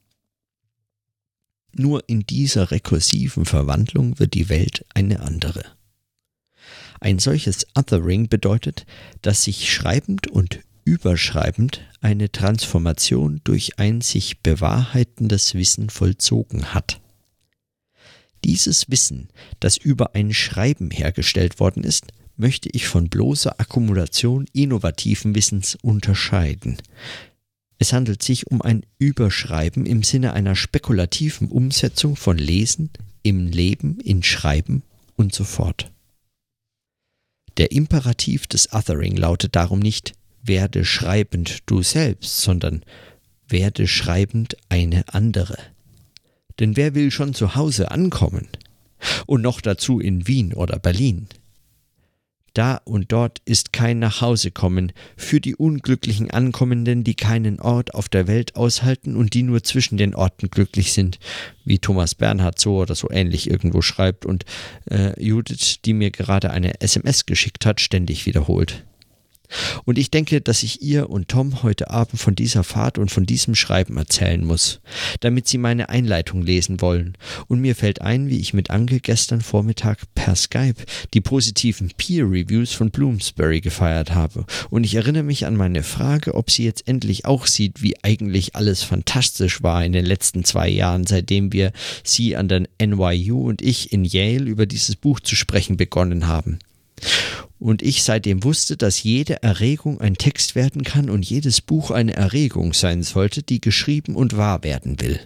Nur in dieser rekursiven Verwandlung wird die Welt eine andere. Ein solches Othering bedeutet, dass sich schreibend und überschreibend eine Transformation durch ein sich bewahrheitendes Wissen vollzogen hat. Dieses Wissen, das über ein Schreiben hergestellt worden ist, möchte ich von bloßer Akkumulation innovativen Wissens unterscheiden. Es handelt sich um ein Überschreiben im Sinne einer spekulativen Umsetzung von Lesen im Leben, in Schreiben und so fort. Der Imperativ des Othering lautet darum nicht „werde schreibend du selbst", sondern „werde schreibend eine andere". Denn wer will schon zu Hause ankommen? Und noch dazu in Wien oder Berlin. Da und dort ist kein Nachhausekommen für die unglücklichen Ankommenden, die keinen Ort auf der Welt aushalten und die nur zwischen den Orten glücklich sind, wie Thomas Bernhard so oder so ähnlich irgendwo schreibt und Judith, die mir gerade eine SMS geschickt hat, ständig wiederholt. Und ich denke, dass ich ihr und Tom heute Abend von dieser Fahrt und von diesem Schreiben erzählen muss, damit sie meine Einleitung lesen wollen. Und mir fällt ein, wie ich mit Anke gestern Vormittag per Skype die positiven Peer-Reviews von Bloomsbury gefeiert habe. Und ich erinnere mich an meine Frage, ob sie jetzt endlich auch sieht, wie eigentlich alles fantastisch war in den letzten 2 Jahren, seitdem wir sie an der NYU und ich in Yale über dieses Buch zu sprechen begonnen haben. Und ich seitdem wusste, dass jede Erregung ein Text werden kann und jedes Buch eine Erregung sein sollte, die geschrieben und wahr werden will.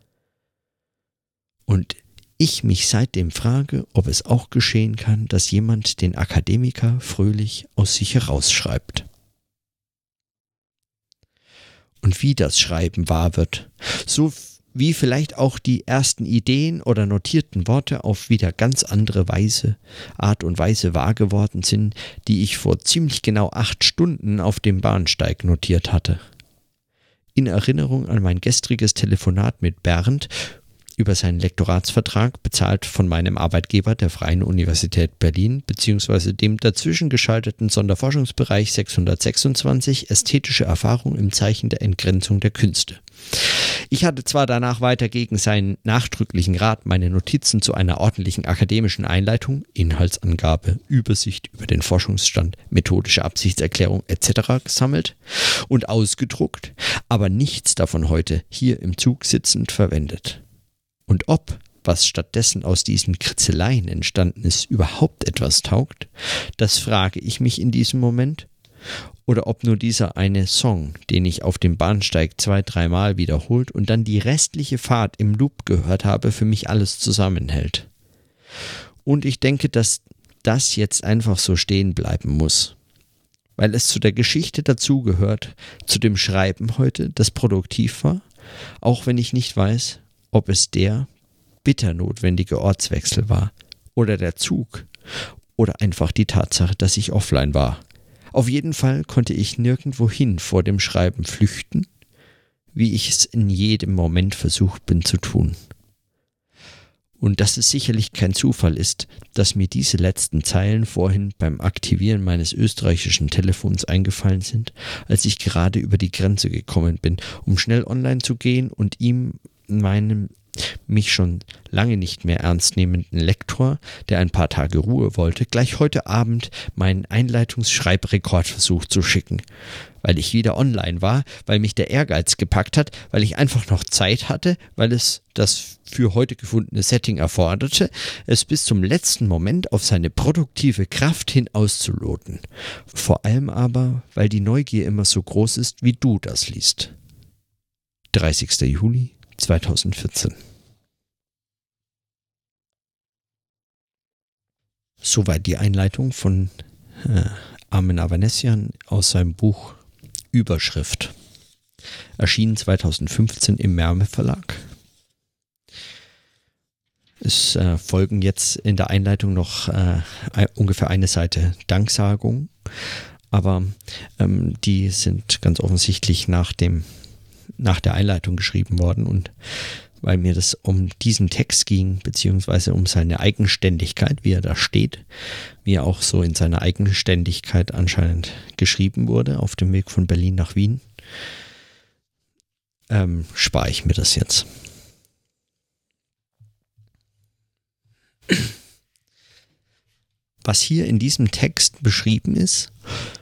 Und ich mich seitdem frage, ob es auch geschehen kann, dass jemand den Akademiker fröhlich aus sich herausschreibt. Und wie das Schreiben wahr wird, so wie vielleicht auch die ersten Ideen oder notierten Worte auf wieder ganz andere Art und Weise wahr geworden sind, die ich vor ziemlich genau 8 Stunden auf dem Bahnsteig notiert hatte. In Erinnerung an mein gestriges Telefonat mit Bernd über seinen Lektoratsvertrag, bezahlt von meinem Arbeitgeber der Freien Universität Berlin bzw. dem dazwischen geschalteten Sonderforschungsbereich 626 Ästhetische Erfahrung im Zeichen der Entgrenzung der Künste. Ich hatte zwar danach weiter gegen seinen nachdrücklichen Rat meine Notizen zu einer ordentlichen akademischen Einleitung, Inhaltsangabe, Übersicht über den Forschungsstand, methodische Absichtserklärung etc. gesammelt und ausgedruckt, aber nichts davon heute hier im Zug sitzend verwendet. Und ob, was stattdessen aus diesen Kritzeleien entstanden ist, überhaupt etwas taugt, das frage ich mich in diesem Moment. Oder ob nur dieser eine Song, den ich auf dem Bahnsteig 2-3 Mal wiederholt und dann die restliche Fahrt im Loop gehört habe, für mich alles zusammenhält. Und ich denke, dass das jetzt einfach so stehen bleiben muss. Weil es zu der Geschichte dazugehört, zu dem Schreiben heute, das produktiv war, auch wenn ich nicht weiß, ob es der bitter notwendige Ortswechsel war oder der Zug oder einfach die Tatsache, dass ich offline war. Auf jeden Fall konnte ich nirgendwohin vor dem Schreiben flüchten, wie ich es in jedem Moment versucht bin zu tun. Und dass es sicherlich kein Zufall ist, dass mir diese letzten Zeilen vorhin beim Aktivieren meines österreichischen Telefons eingefallen sind, als ich gerade über die Grenze gekommen bin, um schnell online zu gehen und ihm meinem mich schon lange nicht mehr ernst nehmenden Lektor, der ein paar Tage Ruhe wollte, gleich heute Abend meinen Einleitungsschreibrekordversuch zu schicken, weil ich wieder online war, weil mich der Ehrgeiz gepackt hat, weil ich einfach noch Zeit hatte, weil es das für heute gefundene Setting erforderte, es bis zum letzten Moment auf seine produktive Kraft hin auszuloten. Vor allem aber, weil die Neugier immer so groß ist, wie du das liest. 30. Juli 2014. Soweit die Einleitung von Armen Avanesian aus seinem Buch Überschrift. Erschienen 2015 im Merme Verlag. Es folgen jetzt in der Einleitung noch ungefähr eine Seite Danksagung, aber die sind ganz offensichtlich nach der Einleitung geschrieben worden, und weil mir das um diesen Text ging, beziehungsweise um seine Eigenständigkeit, wie er da steht, wie er auch so in seiner Eigenständigkeit anscheinend geschrieben wurde, auf dem Weg von Berlin nach Wien, spare ich mir das jetzt. Was hier in diesem Text beschrieben ist,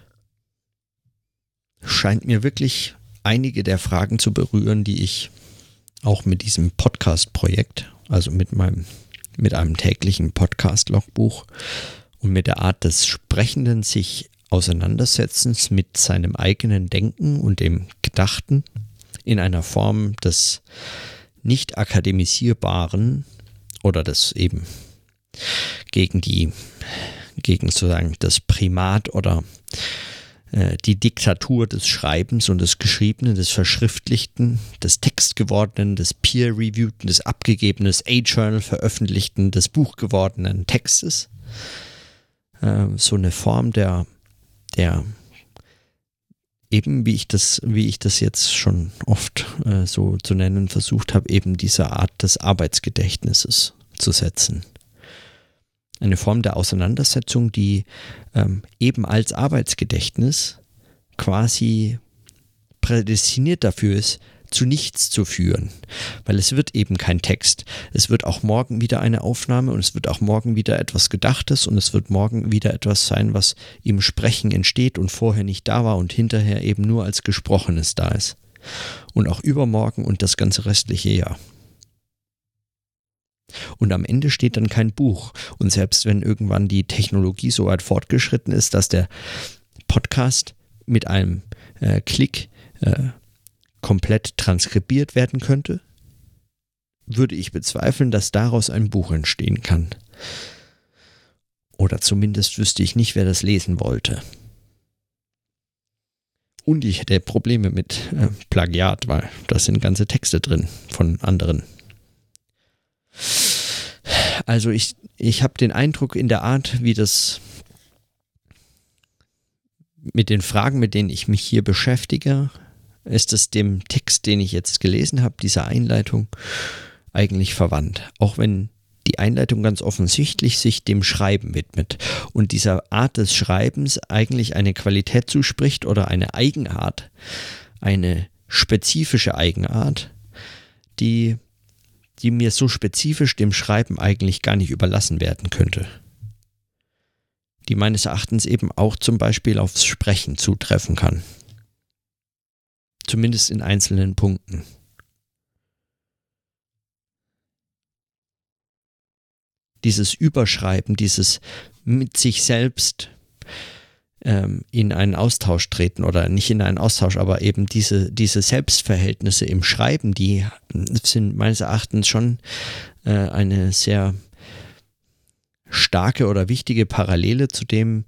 scheint mir wirklich einige der Fragen zu berühren, die ich auch mit diesem Podcast-Projekt, also mit einem täglichen Podcast-Logbuch und mit der Art des Sprechenden sich Auseinandersetzens mit seinem eigenen Denken und dem Gedachten in einer Form des nicht akademisierbaren oder des eben gegen sozusagen das Primat oder die Diktatur des Schreibens und des Geschriebenen, des Verschriftlichten, des Textgewordenen, des Peer-Reviewten, des abgegebenen, A-Journal veröffentlichten, des buchgewordenen Textes. So eine Form der eben, wie ich das jetzt schon oft so zu nennen versucht habe, eben diese Art des Arbeitsgedächtnisses zu setzen. Eine Form der Auseinandersetzung, die eben als Arbeitsgedächtnis quasi prädestiniert dafür ist, zu nichts zu führen. Weil es wird eben kein Text. Es wird auch morgen wieder eine Aufnahme und es wird auch morgen wieder etwas Gedachtes und es wird morgen wieder etwas sein, was im Sprechen entsteht und vorher nicht da war und hinterher eben nur als Gesprochenes da ist. Und auch übermorgen und das ganze restliche Jahr. Und am Ende steht dann kein Buch. Und selbst wenn irgendwann die Technologie so weit fortgeschritten ist, dass der Podcast mit einem Klick komplett transkribiert werden könnte, würde ich bezweifeln, dass daraus ein Buch entstehen kann. Oder zumindest wüsste ich nicht, wer das lesen wollte. Und ich hätte Probleme mit Plagiat, weil da sind ganze Texte drin von anderen. Also ich habe den Eindruck, in der Art, wie das mit den Fragen, mit denen ich mich hier beschäftige, ist es dem Text, den ich jetzt gelesen habe, dieser Einleitung, eigentlich verwandt. Auch wenn die Einleitung ganz offensichtlich sich dem Schreiben widmet und dieser Art des Schreibens eigentlich eine Qualität zuspricht oder eine Eigenart, eine spezifische Eigenart, die mir so spezifisch dem Schreiben eigentlich gar nicht überlassen werden könnte. Die meines Erachtens eben auch zum Beispiel aufs Sprechen zutreffen kann. Zumindest in einzelnen Punkten. Dieses Überschreiben, dieses mit sich selbst in einen Austausch treten oder nicht in einen Austausch, aber eben diese Selbstverhältnisse im Schreiben, die sind meines Erachtens schon eine sehr starke oder wichtige Parallele zu dem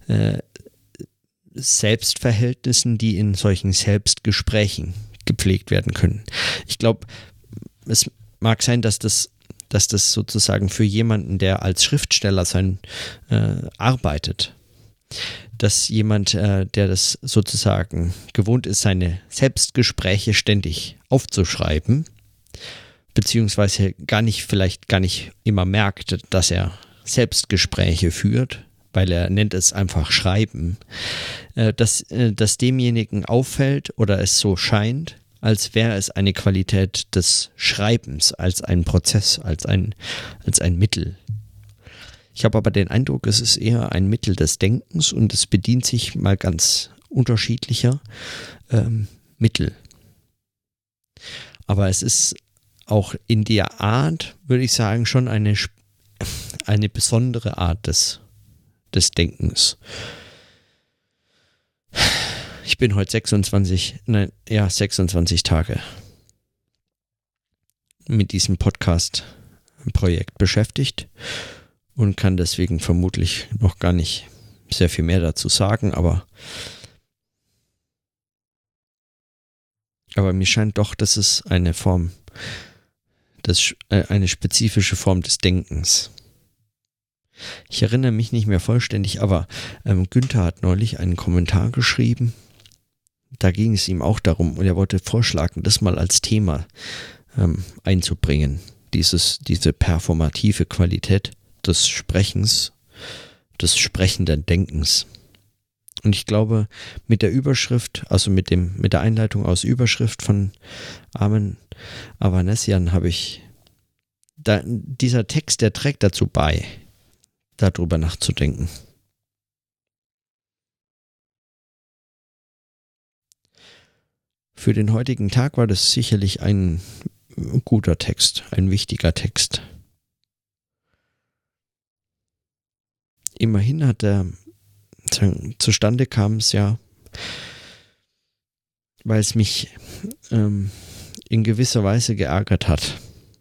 Selbstverhältnissen, die in solchen Selbstgesprächen gepflegt werden können. Ich glaube, es mag sein, dass das sozusagen für jemanden, der als Schriftsteller arbeitet, dass jemand, der das sozusagen gewohnt ist, seine Selbstgespräche ständig aufzuschreiben, beziehungsweise vielleicht gar nicht immer merkt, dass er Selbstgespräche führt, weil er nennt es einfach Schreiben, dass demjenigen auffällt oder es so scheint, als wäre es eine Qualität des Schreibens, als ein Prozess, als ein Mittel. Ich habe aber den Eindruck, es ist eher ein Mittel des Denkens und es bedient sich mal ganz unterschiedlicher Mittel. Aber es ist auch in der Art, würde ich sagen, schon eine besondere Art des Denkens. Ich bin heute 26 Tage mit diesem Podcast-Projekt beschäftigt und kann deswegen vermutlich noch gar nicht sehr viel mehr dazu sagen, aber mir scheint doch, dass es eine spezifische Form des Denkens. Ich erinnere mich nicht mehr vollständig, aber Günther hat neulich einen Kommentar geschrieben. Da ging es ihm auch darum, und er wollte vorschlagen, das mal als Thema einzubringen. Diese performative Qualität des Sprechens, des sprechenden Denkens. Und ich glaube, mit der Überschrift, also mit der Einleitung aus Überschrift von Armen Avanesian dieser Text, der trägt dazu bei, darüber nachzudenken. Für den heutigen Tag war das sicherlich ein guter Text, ein wichtiger Text. Immerhin zustande kam es ja, weil es mich in gewisser Weise geärgert hat.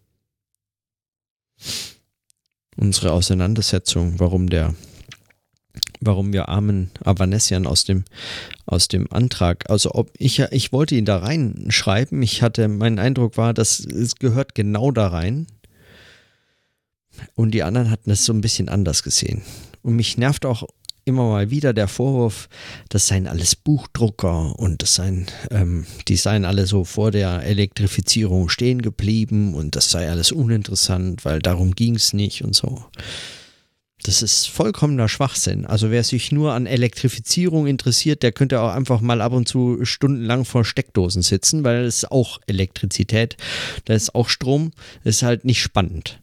Unsere Auseinandersetzung, warum wir Armen Avanesian aus dem Antrag, also ich wollte ihn da reinschreiben, mein Eindruck war, dass es gehört genau da rein und die anderen hatten es so ein bisschen anders gesehen. Und mich nervt auch immer mal wieder der Vorwurf, das seien alles Buchdrucker und die seien alle so vor der Elektrifizierung stehen geblieben und das sei alles uninteressant, weil darum ging es nicht und so. Das ist vollkommener Schwachsinn. Also wer sich nur an Elektrifizierung interessiert, der könnte auch einfach mal ab und zu stundenlang vor Steckdosen sitzen, weil es ist auch Elektrizität, da ist auch Strom, das ist halt nicht spannend.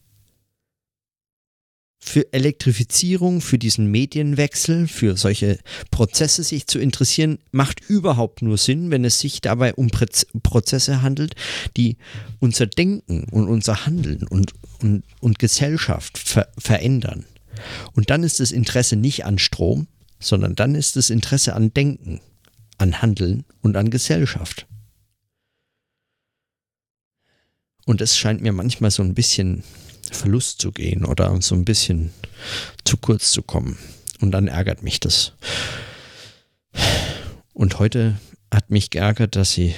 Für Elektrifizierung, für diesen Medienwechsel, für solche Prozesse sich zu interessieren, macht überhaupt nur Sinn, wenn es sich dabei um Prozesse handelt, die unser Denken und unser Handeln und Gesellschaft verändern. Und dann ist das Interesse nicht an Strom, sondern dann ist das Interesse an Denken, an Handeln und an Gesellschaft. Und es scheint mir manchmal so ein bisschen Verlust zu gehen oder so ein bisschen zu kurz zu kommen. Und dann ärgert mich das. Und heute hat mich geärgert, dass sie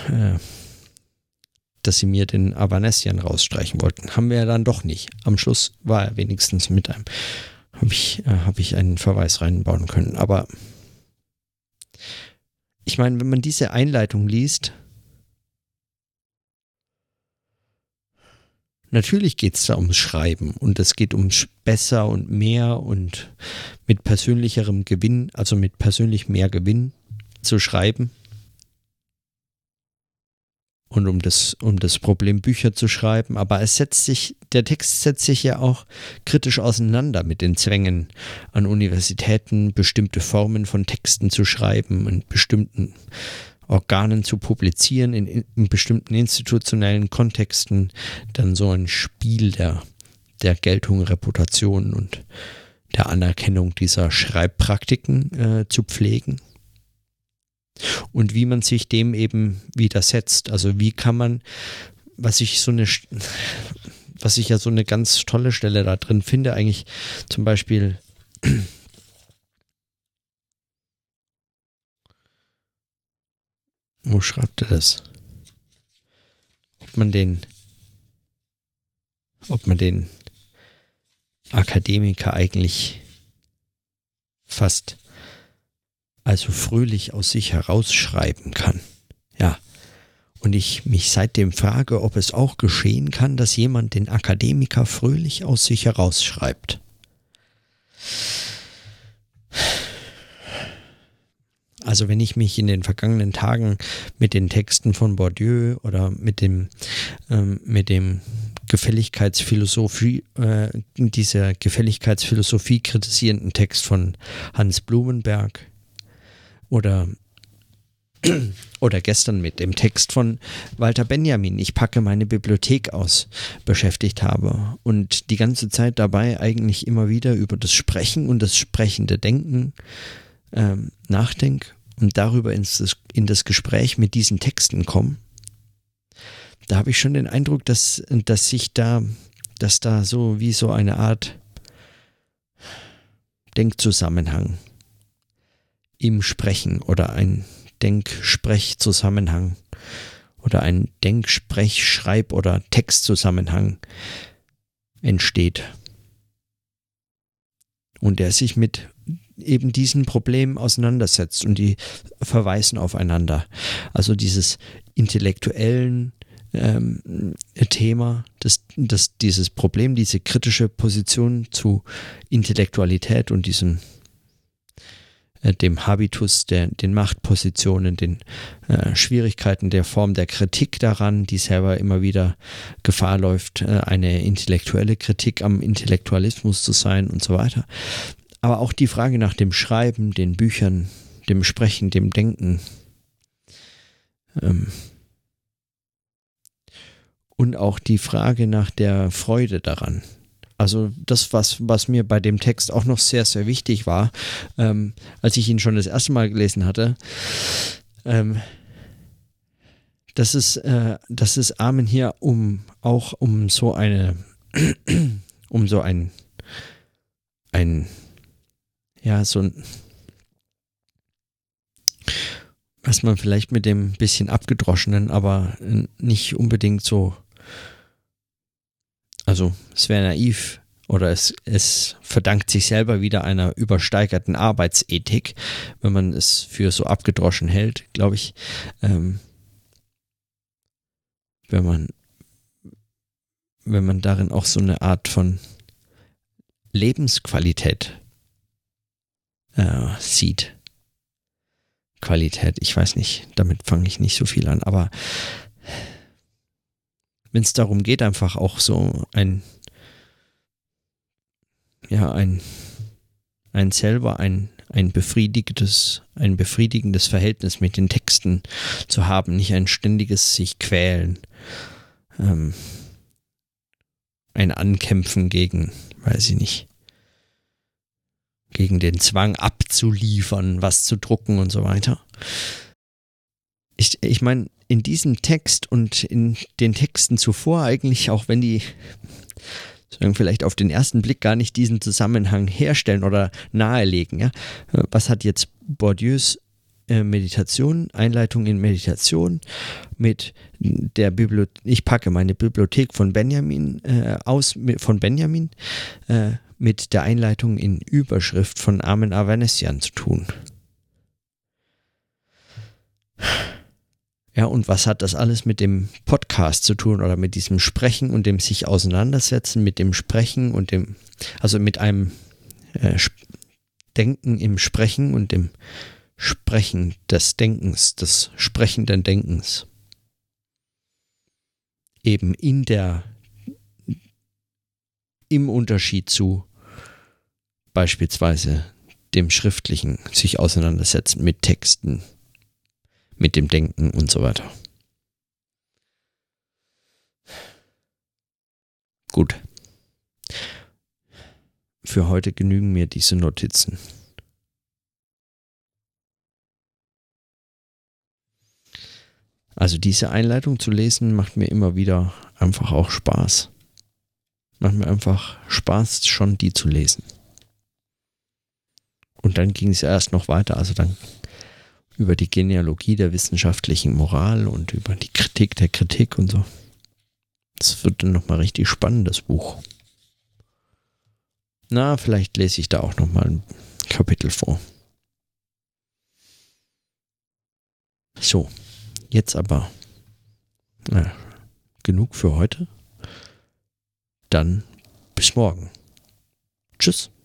mir den Avanesian rausstreichen wollten. Haben wir ja dann doch nicht. Am Schluss war er wenigstens mit einem. Habe ich einen Verweis reinbauen können. Aber ich meine, wenn man diese Einleitung liest, natürlich geht es da ums Schreiben und es geht ums besser und mehr und mit persönlicherem Gewinn, also mit persönlich mehr Gewinn zu schreiben. und um das Problem Bücher zu schreiben, aber der Text setzt sich ja auch kritisch auseinander mit den Zwängen an Universitäten, bestimmte Formen von Texten zu schreiben, in bestimmten Organen zu publizieren, in bestimmten institutionellen Kontexten, dann so ein Spiel der Geltung, Reputation und der Anerkennung dieser Schreibpraktiken zu pflegen. Und wie man sich dem eben widersetzt. Also wie kann man, was ich ja so eine ganz tolle Stelle da drin finde, eigentlich zum Beispiel wo schreibt er das? Ob man den Akademiker eigentlich fast also fröhlich aus sich herausschreiben kann. Ja. Und ich mich seitdem frage, ob es auch geschehen kann, dass jemand den Akademiker fröhlich aus sich herausschreibt. Also wenn ich mich in den vergangenen Tagen mit den Texten von Bourdieu oder mit dem Gefälligkeitsphilosophie, dieser Gefälligkeitsphilosophie kritisierenden Text von Hans Blumenberg oder gestern mit dem Text von Walter Benjamin, ich packe meine Bibliothek aus, beschäftigt habe und die ganze Zeit dabei eigentlich immer wieder über das Sprechen und das sprechende Denken nachdenke und darüber in das Gespräch mit diesen Texten komme, da habe ich schon den Eindruck, dass da so wie so eine Art Denkzusammenhang im Sprechen oder ein Denk-Sprech-Zusammenhang oder ein Denk-Sprech-Schreib- oder Textzusammenhang entsteht. Und der sich mit eben diesen Problemen auseinandersetzt und die verweisen aufeinander. Also dieses intellektuellen Thema, dieses Problem, diese kritische Position zu Intellektualität und dem Habitus, den Machtpositionen, den Schwierigkeiten der Form der Kritik daran, die selber immer wieder Gefahr läuft, eine intellektuelle Kritik am Intellektualismus zu sein und so weiter. Aber auch die Frage nach dem Schreiben, den Büchern, dem Sprechen, dem Denken und auch die Frage nach der Freude daran. Also das, was mir bei dem Text auch noch sehr, sehr wichtig war, als ich ihn schon das erste Mal gelesen hatte, dass es Amen hier um so ein was man vielleicht mit dem bisschen abgedroschenen, aber nicht unbedingt so, also es wäre naiv oder es verdankt sich selber wieder einer übersteigerten Arbeitsethik, wenn man es für so abgedroschen hält, glaube ich, wenn man darin auch so eine Art von Lebensqualität sieht. Qualität, ich weiß nicht, damit fange ich nicht so viel an, aber wenn es darum geht, einfach auch so ein befriedigendes Verhältnis mit den Texten zu haben, nicht ein ständiges sich quälen, ein Ankämpfen gegen, weiß ich nicht, gegen den Zwang abzuliefern, was zu drucken und so weiter. Ich meine, in diesem Text und in den Texten zuvor eigentlich, auch wenn die vielleicht auf den ersten Blick gar nicht diesen Zusammenhang herstellen oder nahelegen, ja? Was hat jetzt Bourdieus Meditation, Einleitung in Meditation mit der Bibliothek, ich packe meine Bibliothek von Benjamin mit der Einleitung in Überschrift von Armen Avanesian zu tun. Ja, und was hat das alles mit dem Podcast zu tun oder mit diesem Sprechen und dem sich auseinandersetzen, mit dem Sprechen und also mit einem Denken im Sprechen und dem Sprechen des Denkens, des sprechenden Denkens. eben im Unterschied zu beispielsweise dem Schriftlichen sich auseinandersetzen mit Texten, mit dem Denken und so weiter. Gut. Für heute genügen mir diese Notizen. Also diese Einleitung zu lesen macht mir immer wieder einfach auch Spaß. Macht mir einfach Spaß, schon die zu lesen. Und dann ging es erst noch weiter, also dann über die Genealogie der wissenschaftlichen Moral und über die Kritik der Kritik und so. Das wird dann nochmal richtig spannend, das Buch. Na, vielleicht lese ich da auch nochmal ein Kapitel vor. So, jetzt aber genug für heute. Dann bis morgen. Tschüss.